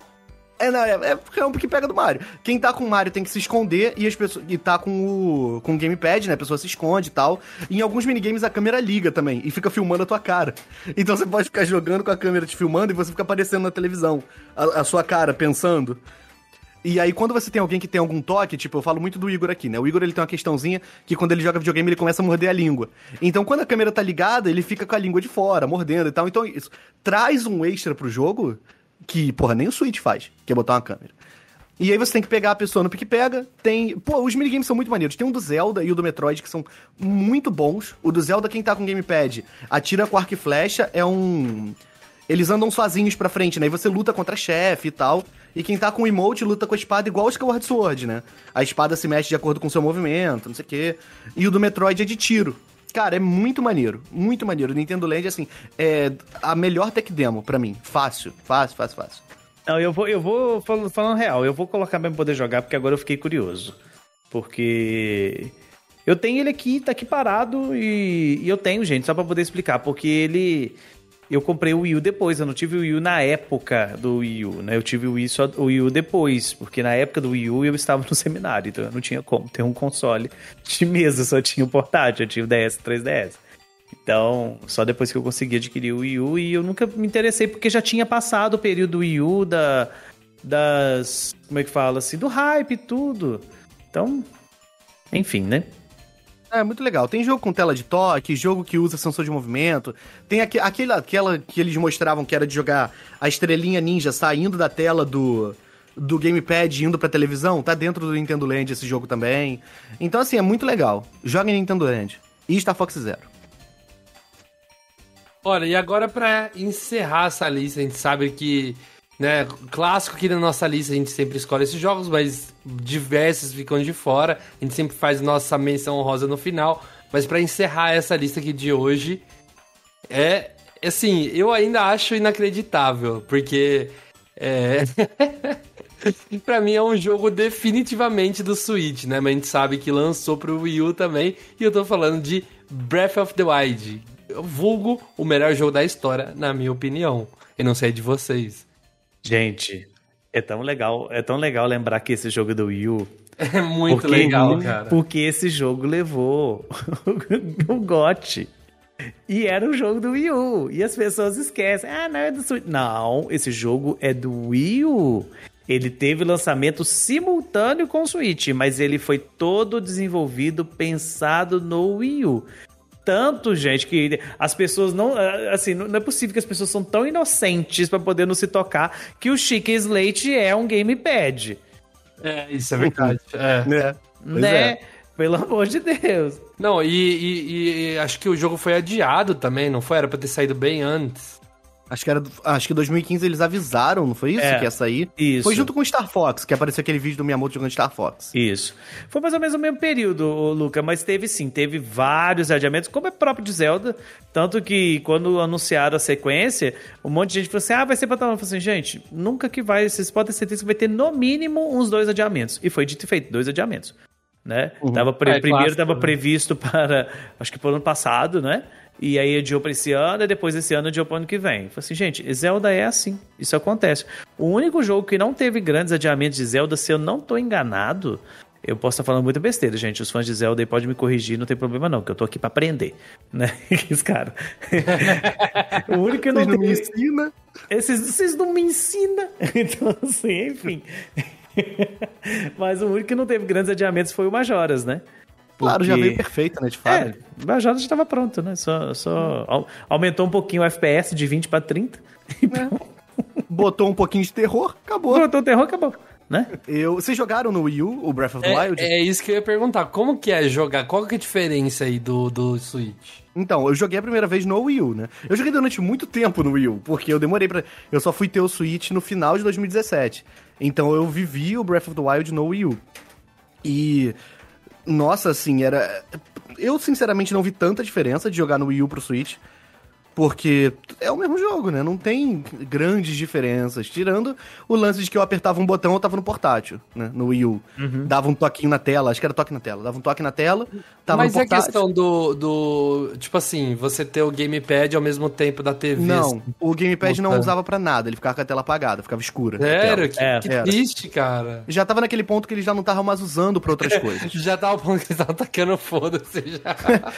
É um pique-pega do Mario. Quem tá com o Mario tem que se esconder e tá com o gamepad, né? A pessoa se esconde e tal. E em alguns minigames a câmera liga também e fica filmando a tua cara. Então você pode ficar jogando com a câmera te filmando e você fica aparecendo na televisão a sua cara pensando. E aí, quando você tem alguém que tem algum toque, tipo, eu falo muito do Igor aqui, né? O Igor, ele tem uma questãozinha que quando ele joga videogame, ele começa a morder a língua. Então, quando a câmera tá ligada, ele fica com a língua de fora, mordendo e tal. Então, isso traz um extra pro jogo que, porra, nem o Switch faz, que é botar uma câmera. E aí você tem que pegar a pessoa no pique-pega. Os minigames são muito maneiros. Tem um do Zelda e o do Metroid que são muito bons. O do Zelda, quem tá com gamepad, atira com arco e flecha, eles andam sozinhos pra frente, né? E você luta contra chefe e tal. E quem tá com o emote luta com a espada igual o Skyward Sword, né? A espada se mexe de acordo com o seu movimento, não sei o quê. E o do Metroid é de tiro. Cara, é muito maneiro. Muito maneiro. O Nintendo Land, assim, é a melhor tech demo pra mim. Fácil. Não, eu vou falando real. Eu vou colocar pra poder jogar, porque agora eu fiquei curioso. Porque... eu tenho ele aqui, tá aqui parado e eu tenho, gente, só pra poder explicar. Porque ele... eu comprei o Wii U depois, eu não tive o Wii U na época do Wii U, né? Eu tive o Wii U depois, porque na época do Wii U eu estava no seminário, então eu não tinha como ter um console de mesa, só tinha o portátil, eu tinha o DS, 3DS. Então, só depois que eu consegui adquirir o Wii U, e eu nunca me interessei, porque já tinha passado o período do Wii U, das... como é que fala assim? Do hype e tudo. Então, enfim, né? É muito legal. Tem jogo com tela de toque, jogo que usa sensor de movimento. Tem aquela que eles mostravam que era de jogar a estrelinha ninja saindo da tela do gamepad e indo pra televisão. Tá dentro do Nintendo Land esse jogo também. Então, assim, é muito legal. Joga em Nintendo Land. E Star Fox Zero. Olha, e agora pra encerrar essa lista, a gente sabe que, né, clássico aqui na nossa lista, a gente sempre escolhe esses jogos, mas diversos ficam de fora. A gente sempre faz nossa menção honrosa no final. Mas pra encerrar essa lista aqui de hoje, assim, eu ainda acho inacreditável, porque pra mim é um jogo definitivamente do Switch, né? Mas a gente sabe que lançou pro Wii U também, e eu tô falando de Breath of the Wild, vulgo o melhor jogo da história, na minha opinião. Eu não sei de vocês. Gente, é tão legal lembrar que esse jogo é do Wii U. É muito legal, cara. Porque esse jogo levou o GOTY. E era um jogo do Wii U. E as pessoas esquecem. Ah, não, é do Switch. Não, esse jogo é do Wii U. Ele teve lançamento simultâneo com o Switch, mas ele foi todo desenvolvido, pensado no Wii U. Tanto, gente, que as pessoas não... assim, não é possível que as pessoas são tão inocentes pra poder não se tocar que o Chicken Slate é um gamepad. Isso é verdade. Né? Pelo amor de Deus. Não, e acho que o jogo foi adiado também, não foi? Era pra ter saído bem antes. Acho que 2015 eles avisaram, não foi isso? Que ia sair? Isso. Foi junto com Star Fox, que apareceu aquele vídeo do Miyamoto jogando Star Fox. Isso. Foi mais ou menos o mesmo período, Luca, mas teve vários adiamentos, como é próprio de Zelda, tanto que quando anunciaram a sequência, um monte de gente falou assim, vai ser pra tal. Eu falei assim, gente, nunca que vai, vocês podem ter certeza que vai ter no mínimo uns 2 adiamentos. E foi dito e feito, 2 adiamentos, né? Primeiro estava previsto para, acho que pro ano passado, né? E aí adiou para esse ano, e depois desse ano adiou para o ano que vem. Falei assim, gente, Zelda é assim, isso acontece. O único jogo que não teve grandes adiamentos de Zelda, se eu não tô enganado, eu posso estar falando muita besteira, gente, os fãs de Zelda aí podem me corrigir, não tem problema não, que eu tô aqui para aprender, né? Esse cara. O único que não me ensina. Vocês não me ensinam. Então, assim, enfim. Mas o único que não teve grandes adiamentos foi o Majoras, né? Claro, já veio perfeito, né, de fato. O Majoras já estava pronto, né? Só aumentou um pouquinho o FPS de 20 para 30. Botou um pouquinho de terror, acabou. Botou o terror, acabou. Né? Vocês jogaram no Wii U, o Breath of the Wild? É isso que eu ia perguntar. Como que é jogar? Qual que é a diferença aí do Switch? Então, eu joguei a primeira vez no Wii U, né? Eu joguei durante muito tempo no Wii U, porque eu demorei eu só fui ter o Switch no final de 2017. Então eu vivi o Breath of the Wild no Wii U. E... Nossa, assim, eu sinceramente não vi tanta diferença de jogar no Wii U pro Switch, porque é o mesmo jogo, né? Não tem grandes diferenças, tirando o lance de que eu apertava um botão, eu tava no portátil, né? No Wii U. Dava um toquinho na tela, acho que era toque na tela. Dava um toque na tela, tava no portátil. Mas é questão do... Tipo assim, você ter o gamepad ao mesmo tempo da TV. Não, o gamepad não usava pra nada, ele ficava com a tela apagada, ficava escura. Sério? Que triste, cara. Já tava naquele ponto que ele já não tava mais usando pra outras coisas. Já tava no ponto que eles estavam tacando foda-se já.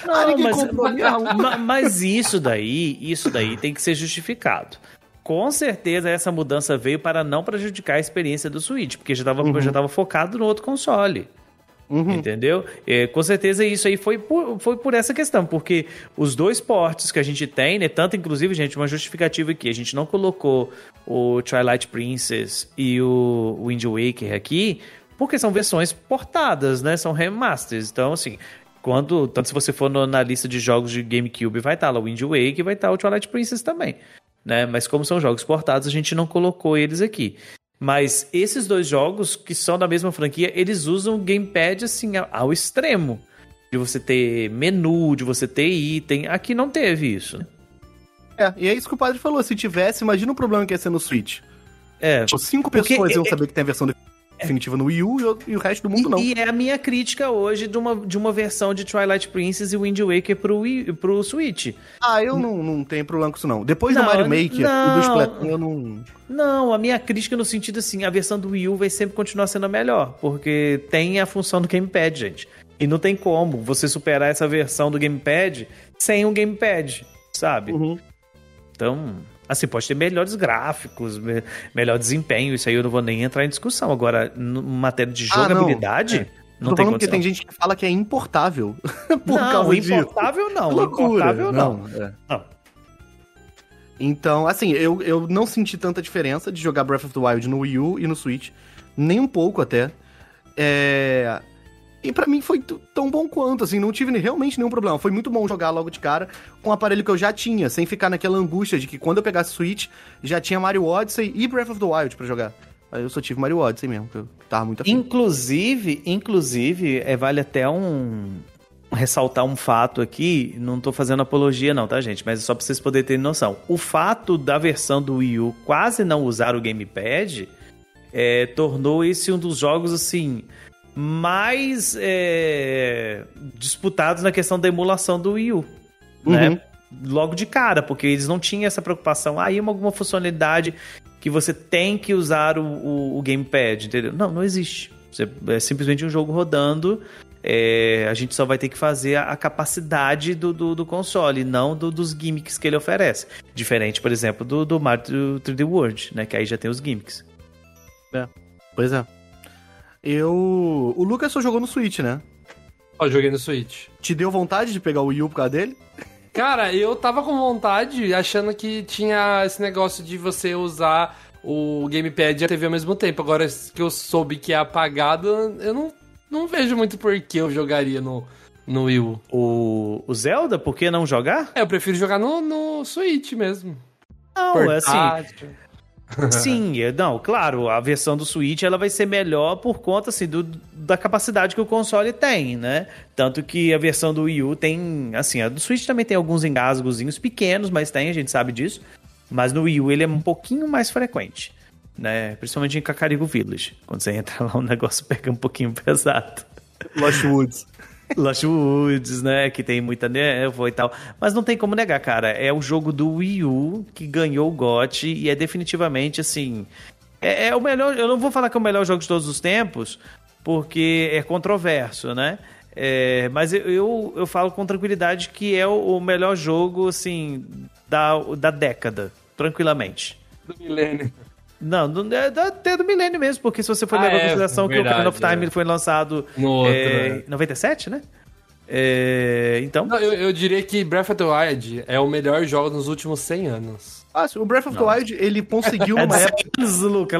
Mas isso daí tem que ser justificado. Com certeza essa mudança veio para não prejudicar a experiência do Switch, porque já estava focado no outro console. Entendeu? Com certeza isso aí foi por essa questão, porque os 2 ports que a gente tem, né, tanto inclusive, gente, uma justificativa aqui, a gente não colocou o Twilight Princess e o Wind Waker aqui, porque são versões portadas, né, são remasters, então assim... Tanto se você for na lista de jogos de GameCube, vai estar lá o Wind Waker e vai estar o Twilight Princess também, né? Mas como são jogos portados, a gente não colocou eles aqui. Mas esses 2 jogos, que são da mesma franquia, eles usam o gamepad assim, ao extremo. De você ter menu, de você ter item. Aqui não teve isso. E é isso que o padre falou. Se tivesse, imagina o problema que ia ser no Switch. 5 pessoas iam saber que tem a versão definitiva no Wii U e o resto do mundo não. E é a minha crítica hoje de uma versão de Twilight Princess e Wind Waker pro Switch. Eu não tenho problema com isso não. Depois do Mario Maker e do Splatoon eu não... Não, a minha crítica no sentido assim, a versão do Wii U vai sempre continuar sendo a melhor, porque tem a função do gamepad, gente. E não tem como você superar essa versão do gamepad sem um gamepad, sabe? Então... Assim, pode ter melhores gráficos, melhor desempenho, isso aí eu não vou nem entrar em discussão. Agora, em matéria de jogabilidade, não tem condição. Porque tem gente que fala que é importável. Importável não. Importável não. Então, assim, eu não senti tanta diferença de jogar Breath of the Wild no Wii U e no Switch. Nem um pouco, até. E pra mim foi tão bom quanto, assim, não tive realmente nenhum problema. Foi muito bom jogar logo de cara com o aparelho que eu já tinha, sem ficar naquela angústia de que quando eu pegasse Switch, já tinha Mario Odyssey e Breath of the Wild pra jogar. Aí eu só tive Mario Odyssey mesmo, que eu tava muito afim. Inclusive, vale até ressaltar um fato aqui, não tô fazendo apologia não, tá, gente? Mas é só pra vocês poderem ter noção. O fato da versão do Wii U quase não usar o gamepad tornou esse um dos jogos, assim... mais disputados na questão da emulação do Wii U, né? Logo de cara, porque eles não tinham essa preocupação, alguma funcionalidade que você tem que usar o gamepad, entendeu? Não existe. É simplesmente um jogo rodando, a gente só vai ter que fazer a capacidade do console, não dos gimmicks que ele oferece. Diferente, por exemplo, do Mario 3D World, né? Que aí já tem os gimmicks. Pois é. O Lucas só jogou no Switch, né? Eu joguei no Switch. Te deu vontade de pegar o Wii U por causa dele? Cara, eu tava com vontade, achando que tinha esse negócio de você usar o gamepad e a TV ao mesmo tempo. Agora que eu soube que é apagado, eu não vejo muito por que eu jogaria no Wii U. O Zelda, por que não jogar? Eu prefiro jogar no Switch mesmo. Não, é assim... Portátil. Sim, não, claro, a versão do Switch ela vai ser melhor por conta assim, da capacidade que o console tem, né? Tanto que a versão do Wii U tem, assim, a do Switch também tem alguns engasgozinhos pequenos, mas tem, a gente sabe disso. Mas no Wii U ele é um pouquinho mais frequente, né? Principalmente em Kakariko Village. Quando você entra lá, o negócio pega um pouquinho pesado. Lost Woods. Lost Woods, né? Que tem muita névoa e tal. Mas não tem como negar, cara. É o jogo do Wii U que ganhou o GOTY e é definitivamente, assim... É o melhor... Eu não vou falar que é o melhor jogo de todos os tempos, porque é controverso, né? Mas eu falo com tranquilidade que é o melhor jogo, assim, da década. Tranquilamente. Do milênio. Não, até do milênio mesmo, porque se você for levar em consideração que o Ocarina of Time foi lançado em 97, né? Então... Não, eu diria que Breath of the Wild é o melhor jogo dos últimos 100 anos. Ah, o Breath of the Wild, ele conseguiu numa época... Luca,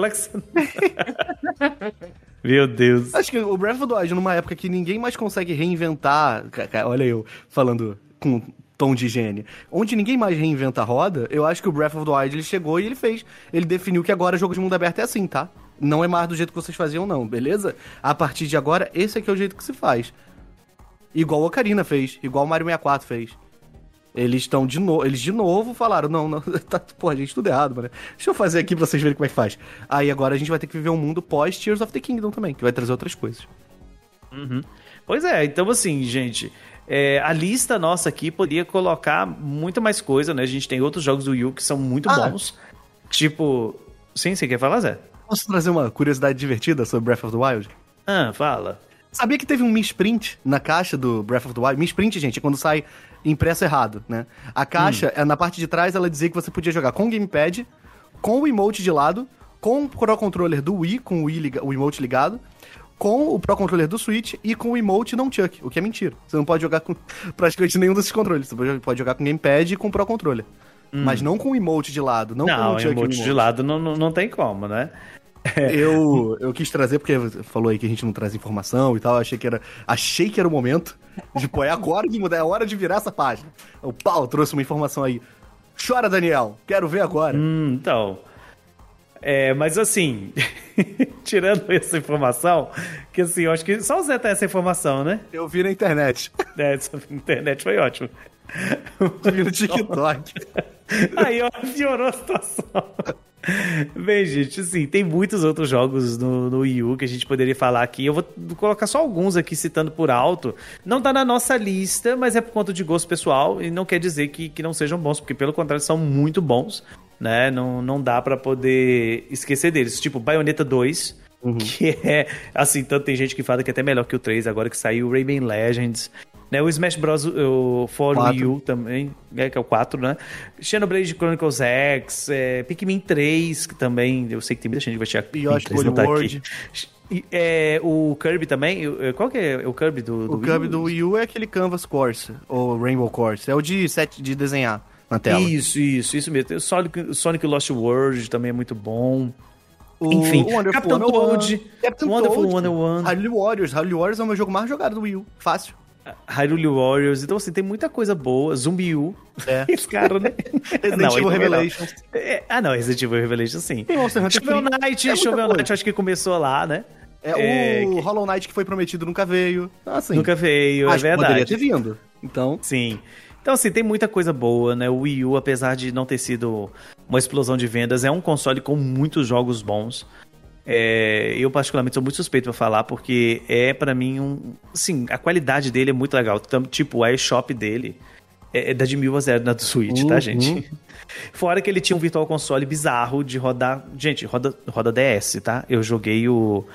Meu Deus. Acho que o Breath of the Wild, numa época que ninguém mais consegue reinventar... Olha eu falando com tom de higiene. Onde ninguém mais reinventa a roda, eu acho que o Breath of the Wild, ele chegou e ele fez. Ele definiu que agora jogo de mundo aberto é assim, tá? Não é mais do jeito que vocês faziam, não, beleza? A partir de agora, esse aqui é o jeito que se faz. Igual o Ocarina fez, igual o Mario 64 fez. Eles de novo falaram, não, tá, porra, gente, tudo errado, mano. Deixa eu fazer aqui pra vocês verem como é que faz. Aí agora a gente vai ter que viver um mundo pós Tears of the Kingdom também, que vai trazer outras coisas. Uhum. Pois é, então assim, gente... a lista nossa aqui poderia colocar muito mais coisa, né? A gente tem outros jogos do Wii U que são muito bons. Tipo... Sim, você quer falar, Zé? Posso trazer uma curiosidade divertida sobre Breath of the Wild? Fala. Sabia que teve um misprint na caixa do Breath of the Wild? Misprint, gente, é quando sai impresso errado, né? A caixa, na parte de trás, ela dizia que você podia jogar com o gamepad, com o emote de lado, com o Pro Controller do Wii, com o emote ligado, com o Pro Controller do Switch e com o emote Nunchuck, o que é mentira. Você não pode jogar com praticamente nenhum desses controles. Você pode jogar com gamepad e com o Pro Controller. Mas não com o emote de lado, não com o Nunchuck. Não, emote de lado não tem como, né? Eu quis trazer, porque falou aí que a gente não traz informação e tal, achei que era o momento de, pô, é agora de mudar, é hora de virar essa página. O Paulo trouxe uma informação aí. Chora, Daniel, quero ver agora. Então... mas assim, tirando essa informação, que assim, eu acho que só o Zé tem essa informação, né? Eu vi na internet. Essa internet foi ótimo. Eu vi no TikTok. Aí, ó, piorou a situação. Bem, gente, assim, tem muitos outros jogos no Wii U que a gente poderia falar aqui. Eu vou colocar só alguns aqui citando por alto. Não tá na nossa lista, mas é por conta de gosto pessoal e não quer dizer que não sejam bons, porque pelo contrário são muito bons, né? Não dá pra poder esquecer deles. Tipo, Bayonetta 2, que é, assim, tanto tem gente que fala que é até melhor que o 3, agora que saiu o Rayman Legends. Né, o Smash Bros. O For Wii U também, que é o 4, né? Xenoblade Chronicles X, Pikmin 3, que também, eu sei que tem muita gente que vai tirar Yoshi Woolly World. O Kirby também, qual que é o Kirby do O Kirby do Wii U é aquele Canvas Course, ou Rainbow Course, é o de desenhar na tela. Isso mesmo. Tem o Sonic Lost World também é muito bom. Enfim, Captain Toad, Wonderful 101. Hyrule Warriors é o meu jogo mais jogado do Wii U, fácil. Hyrule Warriors, então assim, tem muita coisa boa. Zumbi U, esse cara, né? Resident Evil Revelations. Resident Evil Revelations, sim. Shovel Knight, acho que começou lá, né? O Hollow Knight que foi prometido nunca veio. Assim, nunca veio, é verdade. Poderia ter vindo, então... Sim. Então, assim, tem muita coisa boa, né? O Wii U, apesar de não ter sido uma explosão de vendas, é um console com muitos jogos bons. Eu particularmente sou muito suspeito pra falar, porque pra mim assim, a qualidade dele é muito legal. Tipo, a eShop dele é da de 1000 a 0 na do Switch, tá, gente? Fora que ele tinha um Virtual Console bizarro de rodar... Gente, roda DS, tá? Eu joguei o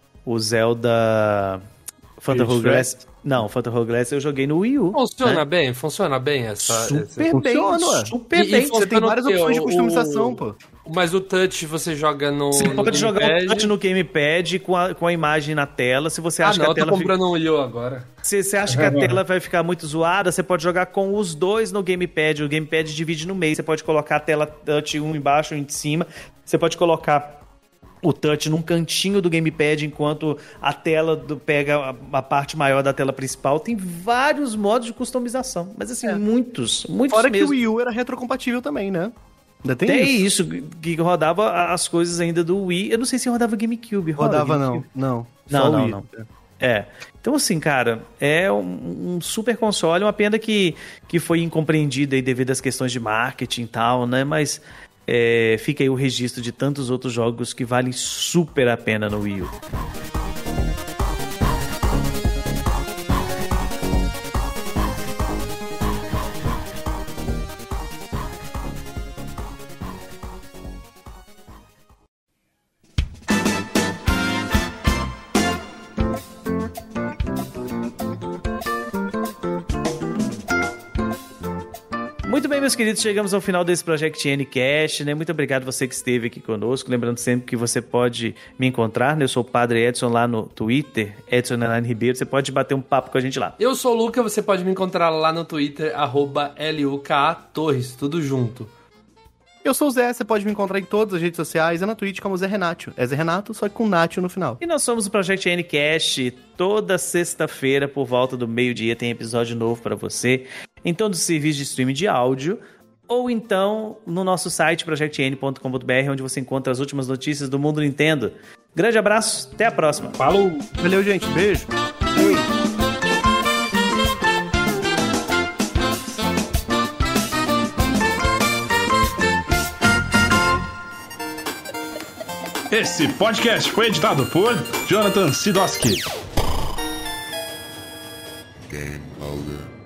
Zelda... Phantom Hourglass. Não, Phantom Hourglass eu joguei no Wii U. Funciona bem essa... Super bem. Você tem várias opções de customização, pô. Mas o touch você joga no Você pode jogar o touch no gamepad com a imagem na tela. Se você acha que a tela... eu tô comprando um Wii U agora. Se você acha que a tela vai ficar muito zoada, você pode jogar com os dois no gamepad. O gamepad divide no meio. Você pode colocar a tela touch um embaixo e um em cima. Você pode colocar o touch num cantinho do gamepad enquanto a tela pega a parte maior da tela principal. Tem vários modos de customização. Mas assim, muitos Fora mesmo. que o Wii U era retrocompatível também, né? Ainda tem isso, que rodava as coisas ainda do Wii. Eu não sei se rodava GameCube. Rodava GameCube? não. Só o Wii. Não. Então, assim, cara, é um super console, uma pena que foi incompreendida aí devido às questões de marketing e tal, né? Mas fica aí o registro de tantos outros jogos que valem super a pena no Wii U. Muito bem, meus queridos, chegamos ao final desse Project N-Cast, né? Muito obrigado você que esteve aqui conosco. Lembrando sempre que você pode me encontrar, né? Eu sou o Padre Edson lá no Twitter, Edson Ribeiro. Você pode bater um papo com a gente lá. Eu sou o Luca, você pode me encontrar lá no Twitter, @LUKATorres, tudo junto. Eu sou o Zé, você pode me encontrar em todas as redes sociais, na Twitch como Zé Renato. É Zé Renato, só que com Nacho no final. E nós somos o Project N-Cast. Toda sexta-feira, por volta do meio-dia, tem episódio novo pra você. Em todos os serviços de streaming de áudio. Ou então no nosso site, projectn.com.br, onde você encontra as últimas notícias do mundo Nintendo. Grande abraço, até a próxima. Falou! Valeu, gente. Beijo. Fui. Esse podcast foi editado por Jonathan Sidoski. Game over.